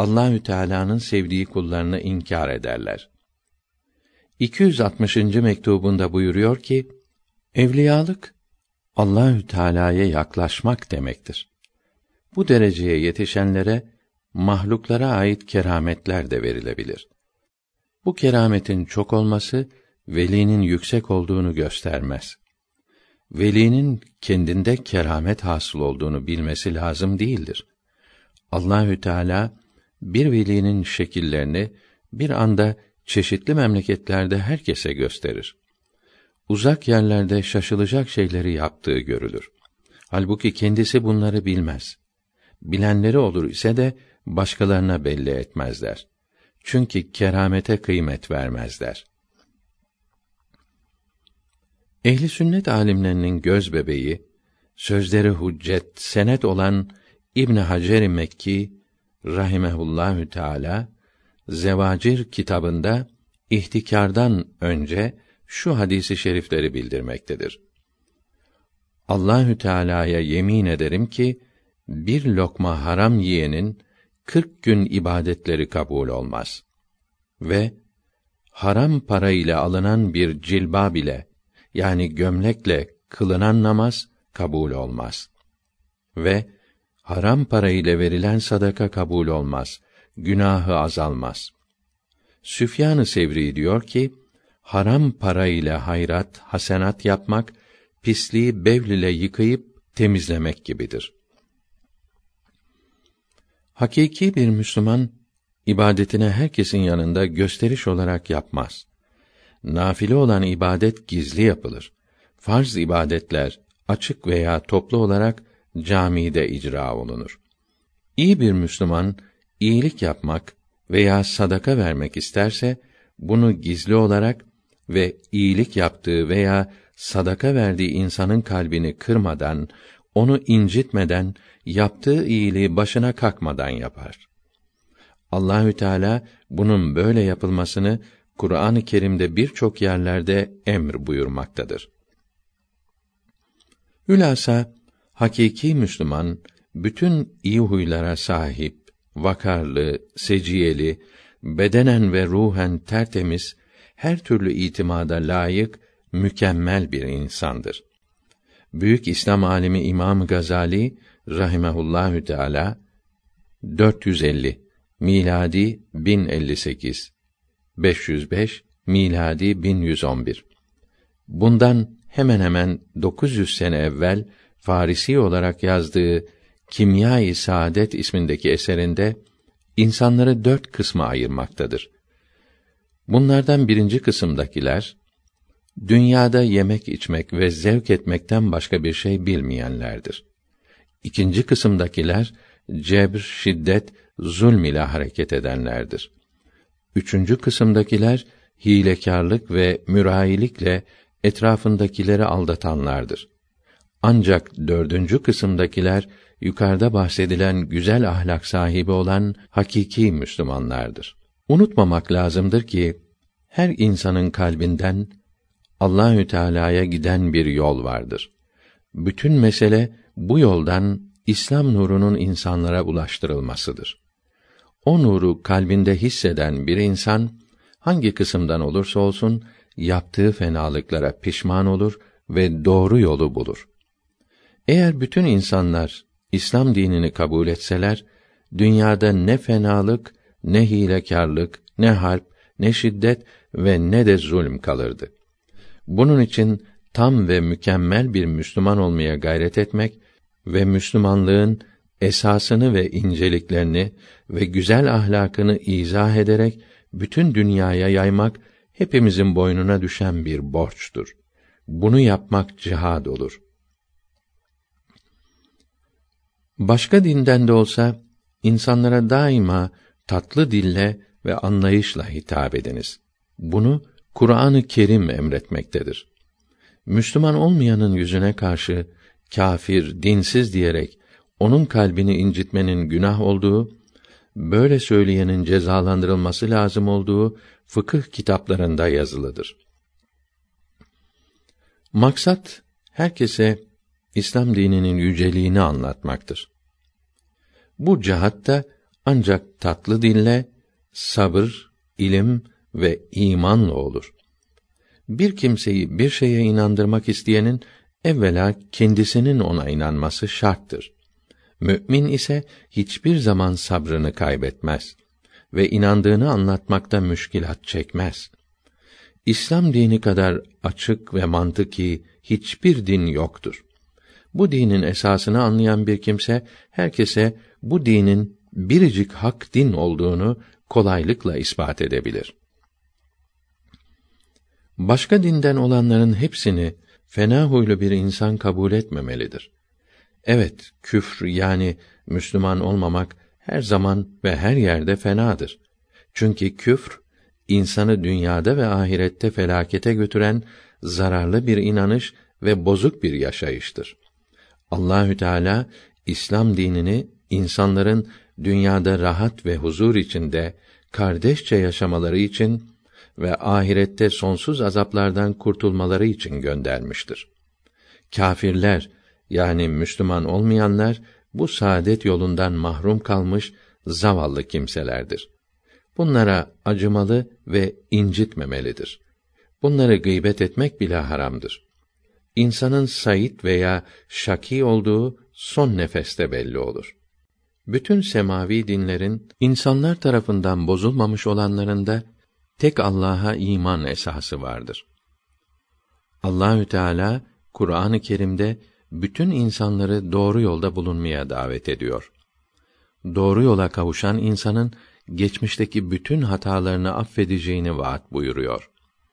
Allahü Teala'nın sevdiği kullarını inkar ederler. iki yüz altmışıncı mektubunda buyuruyor ki, evliyalık Allahü Teala'ya yaklaşmak demektir. Bu dereceye yetişenlere mahluklara ait kerametler de verilebilir. Bu kerametin çok olması velinin yüksek olduğunu göstermez. Velinin kendinde keramet hasıl olduğunu bilmesi lazım değildir. Allahü Teala bir velinin şekillerini bir anda çeşitli memleketlerde herkese gösterir. Uzak yerlerde şaşılacak şeyleri yaptığı görülür. Halbuki kendisi bunları bilmez. Bilenleri olur ise de başkalarına belli etmezler. Çünkü keramete kıymet vermezler. Ehli sünnet alimlerinin göz bebeği, sözleri hüccet, senet olan İbn Hacer-i Mekki rahimehullahü teala Zevacir kitabında ihtikardan önce şu hadisi şerifleri bildirmektedir. Allahü Teala'ya yemin ederim ki bir lokma haram yiyenin kırk gün ibadetleri kabul olmaz ve haram para ile alınan bir cilbab ile, yani gömlekle kılınan namaz kabul olmaz ve haram para ile verilen sadaka kabul olmaz, günahı azalmaz. Süfyan-ı Sevri diyor ki, haram para ile hayrat, hasenat yapmak, pisliği bevl ile yıkayıp temizlemek gibidir. Hakiki bir Müslüman, ibadetine herkesin yanında gösteriş olarak yapmaz. Nafile olan ibadet gizli yapılır. Farz ibadetler, açık veya toplu olarak camide icra olunur. İyi bir Müslüman, iyilik yapmak veya sadaka vermek isterse, bunu gizli olarak ve iyilik yaptığı veya sadaka verdiği insanın kalbini kırmadan, onu incitmeden, yaptığı iyiliği başına kakmadan yapar. Allahü Teala bunun böyle yapılmasını Kur'an-ı Kerim'de birçok yerlerde emr buyurmaktadır. Hülasa hakiki Müslüman bütün iyi huylara sahip, vakarlı, seciyeli, bedenen ve ruhen tertemiz, her türlü itimada layık, mükemmel bir insandır. Büyük İslam alimi İmam Gazali rahimehullahü teala dört yüz elli miladi bin elli sekiz beş yüz beş miladi bin yüz on bir. Bundan hemen hemen dokuz yüz sene evvel Farisi olarak yazdığı Kimya-i Saadet ismindeki eserinde insanları dört kısma ayırmaktadır. Bunlardan birinci kısımdakiler, dünyada yemek içmek ve zevk etmekten başka bir şey bilmeyenlerdir. İkinci kısımdakiler, cebr, şiddet, zulm ile hareket edenlerdir. Üçüncü kısımdakiler, hilekârlık ve mürayilikle etrafındakileri aldatanlardır. Ancak dördüncü kısımdakiler, yukarıda bahsedilen güzel ahlak sahibi olan hakiki Müslümanlardır. Unutmamak lazımdır ki, her insanın kalbinden Allahü Teala'ya giden bir yol vardır. Bütün mesele bu yoldan İslam nurunun insanlara ulaştırılmasıdır. O nuru kalbinde hisseden bir insan, hangi kısımdan olursa olsun, yaptığı fenalıklara pişman olur ve doğru yolu bulur. Eğer bütün insanlar İslam dinini kabul etseler, dünyada ne fenalık, ne hilekârlık, ne harp, ne şiddet ve ne de zulm kalırdı. Bunun için tam ve mükemmel bir Müslüman olmaya gayret etmek ve Müslümanlığın esasını ve inceliklerini ve güzel ahlakını izah ederek bütün dünyaya yaymak hepimizin boynuna düşen bir borçtur. Bunu yapmak cihad olur. Başka dinden de olsa insanlara daima tatlı dille ve anlayışla hitap ediniz. Bunu Kur'an-ı Kerim emretmektedir. Müslüman olmayanın yüzüne karşı kâfir, dinsiz diyerek onun kalbini incitmenin günah olduğu, böyle söyleyenin cezalandırılması lazım olduğu fıkıh kitaplarında yazılıdır. Maksat herkese İslam dininin yüceliğini anlatmaktır. Bu cihatta ancak tatlı dille, sabır, ilim ve imanla olur. Bir kimseyi bir şeye inandırmak isteyenin evvela kendisinin ona inanması şarttır. Mü'min ise hiçbir zaman sabrını kaybetmez ve inandığını anlatmakta müşkilat çekmez. İslam dini kadar açık ve mantıki hiçbir din yoktur. Bu dinin esasını anlayan bir kimse, herkese bu dinin biricik hak din olduğunu kolaylıkla ispat edebilir. Başka dinden olanların hepsini fena huylu bir insan kabul etmemelidir. Evet, küfr yani Müslüman olmamak her zaman ve her yerde fenadır. Çünkü küfr, insanı dünyada ve ahirette felakete götüren zararlı bir inanış ve bozuk bir yaşayıştır. Allahü Teala İslam dinini insanların dünyada rahat ve huzur içinde kardeşçe yaşamaları için ve ahirette sonsuz azaplardan kurtulmaları için göndermiştir. Kâfirler yani Müslüman olmayanlar bu saadet yolundan mahrum kalmış zavallı kimselerdir. Bunlara acımalı ve incitmemelidir. Bunları gıybet etmek bile haramdır. İnsanın sa'id veya şakî olduğu son nefeste belli olur. Bütün semavi dinlerin insanlar tarafından bozulmamış olanlarında tek Allah'a iman esası vardır. Allahü Teala Kur'an-ı Kerim'de bütün insanları doğru yolda bulunmaya davet ediyor. Doğru yola kavuşan insanın geçmişteki bütün hatalarını affedeceğini vaat buyuruyor.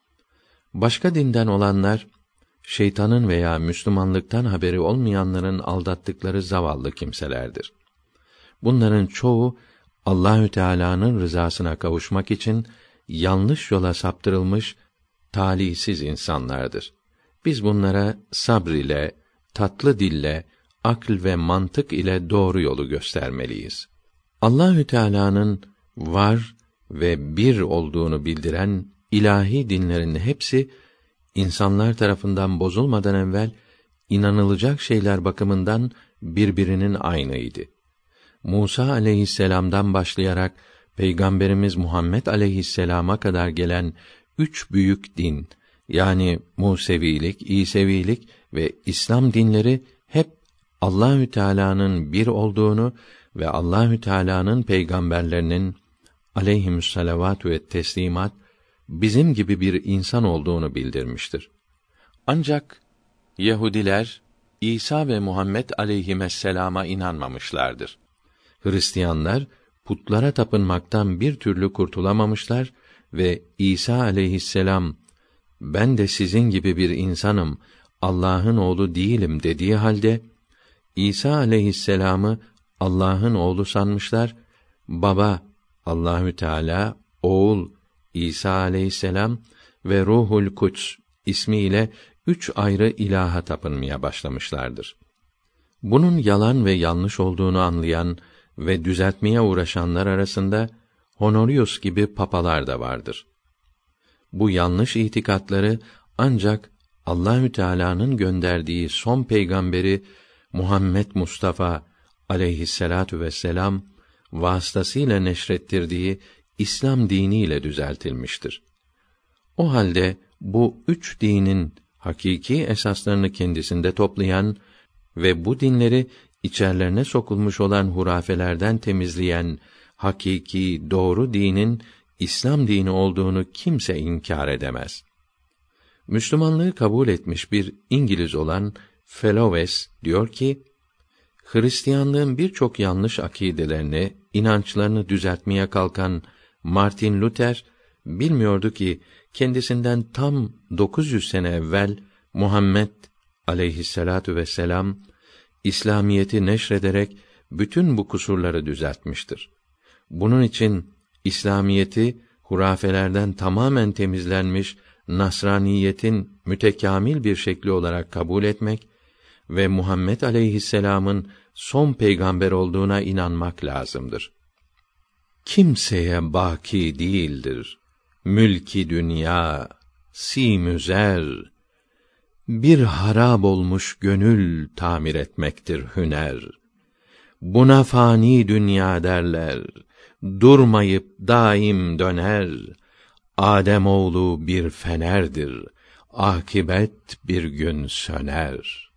Başka dinden olanlar, şeytanın veya Müslümanlıktan haberi olmayanların aldattıkları zavallı kimselerdir. Bunların çoğu Allahü Teala'nın rızasına kavuşmak için yanlış yola saptırılmış talihsiz insanlardır. Biz bunlara sabr ile, tatlı dille, akl ve mantık ile doğru yolu göstermeliyiz. Allahü Teala'nın var ve bir olduğunu bildiren ilahi dinlerin hepsi insanlar tarafından bozulmadan evvel inanılacak şeyler bakımından birbirinin aynıydı. Musa aleyhisselam'dan başlayarak Peygamberimiz Muhammed aleyhisselama kadar gelen üç büyük din, yani Musevilik, İsevilik ve İslam dinleri hep Allahü Teala'nın bir olduğunu ve Allahü Teala'nın peygamberlerinin aleyhimüsselavatü ve teslimat bizim gibi bir insan olduğunu bildirmiştir. Ancak Yahudiler İsa ve Muhammed aleyhisselama inanmamışlardır. Hristiyanlar putlara tapınmaktan bir türlü kurtulamamışlar ve İsa aleyhisselam ben de sizin gibi bir insanım, Allah'ın oğlu değilim dediği halde İsa aleyhisselamı Allah'ın oğlu sanmışlar. Baba Allahü Teala, oğul İsa aleyhisselam ve Ruhul Kuds ismiyle üç ayrı ilaha tapınmaya başlamışlardır. Bunun yalan ve yanlış olduğunu anlayan ve düzeltmeye uğraşanlar arasında Honorius gibi papalar da vardır. Bu yanlış itikatları ancak Allahü Teala'nın gönderdiği son peygamberi Muhammed Mustafa aleyhisselatu vesselam vasıtasıyla neşrettirdiği İslam diniyle düzeltilmiştir. O halde bu üç dinin hakiki esaslarını kendisinde toplayan ve bu dinleri içerlerine sokulmuş olan hurafelerden temizleyen hakiki doğru dinin İslam dini olduğunu kimse inkar edemez. Müslümanlığı kabul etmiş bir İngiliz olan Fellowes diyor ki, Hristiyanlığın birçok yanlış akidelerini, inançlarını düzeltmeye kalkan Martin Luther bilmiyordu ki kendisinden tam dokuz yüz sene evvel Muhammed aleyhisselatu vesselam İslamiyeti neşrederek bütün bu kusurları düzeltmiştir. Bunun için İslamiyeti hurafelerden tamamen temizlenmiş Nasraniyetin mütekamil bir şekli olarak kabul etmek ve Muhammed aleyhisselam'ın son peygamber olduğuna inanmak lazımdır. Kimseye baki değildir mülki dünya, simüzer, bir harab olmuş gönül tamir etmektir hüner. Buna fani dünya derler, durmayıp daim döner. Adem oğlu bir fenerdir, akibet bir gün söner.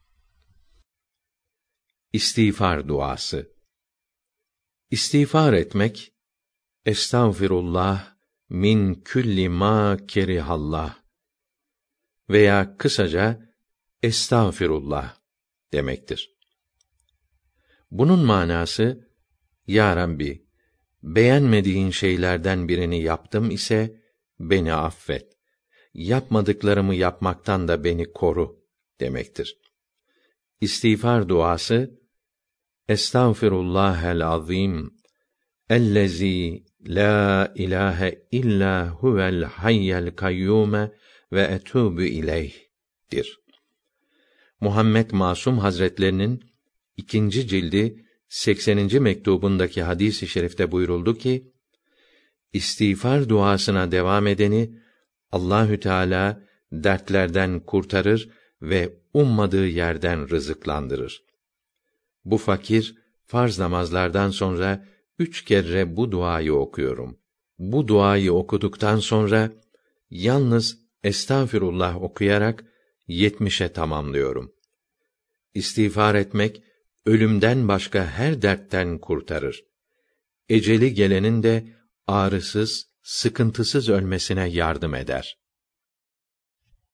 İstiğfar duası. İstiğfar etmek, estağfirullah min külli ma kerihallah veya kısaca estağfirullah demektir. Bunun manası, Ya Rabbi, beğenmediğin şeylerden birini yaptım ise beni affet. Yapmadıklarımı yapmaktan da beni koru demektir. İstiğfar duası, Estağfirullahel azim ellezî la ilahe illa huvel hayyel kayyûme ve etûbü ileyh'dir. Muhammed Masum Hazretlerinin ikinci cildi sekseninci mektubundaki hadis-i şerifte buyuruldu ki, İstiğfar duasına devam edeni Allahü Teala dertlerden kurtarır ve ummadığı yerden rızıklandırır. Bu fakir farz namazlardan sonra üç kere bu duayı okuyorum. Bu duayı okuduktan sonra yalnız estağfirullah okuyarak yetmişe tamamlıyorum. İstiğfar etmek ölümden başka her dertten kurtarır. Eceli gelenin de ağrısız, sıkıntısız ölmesine yardım eder.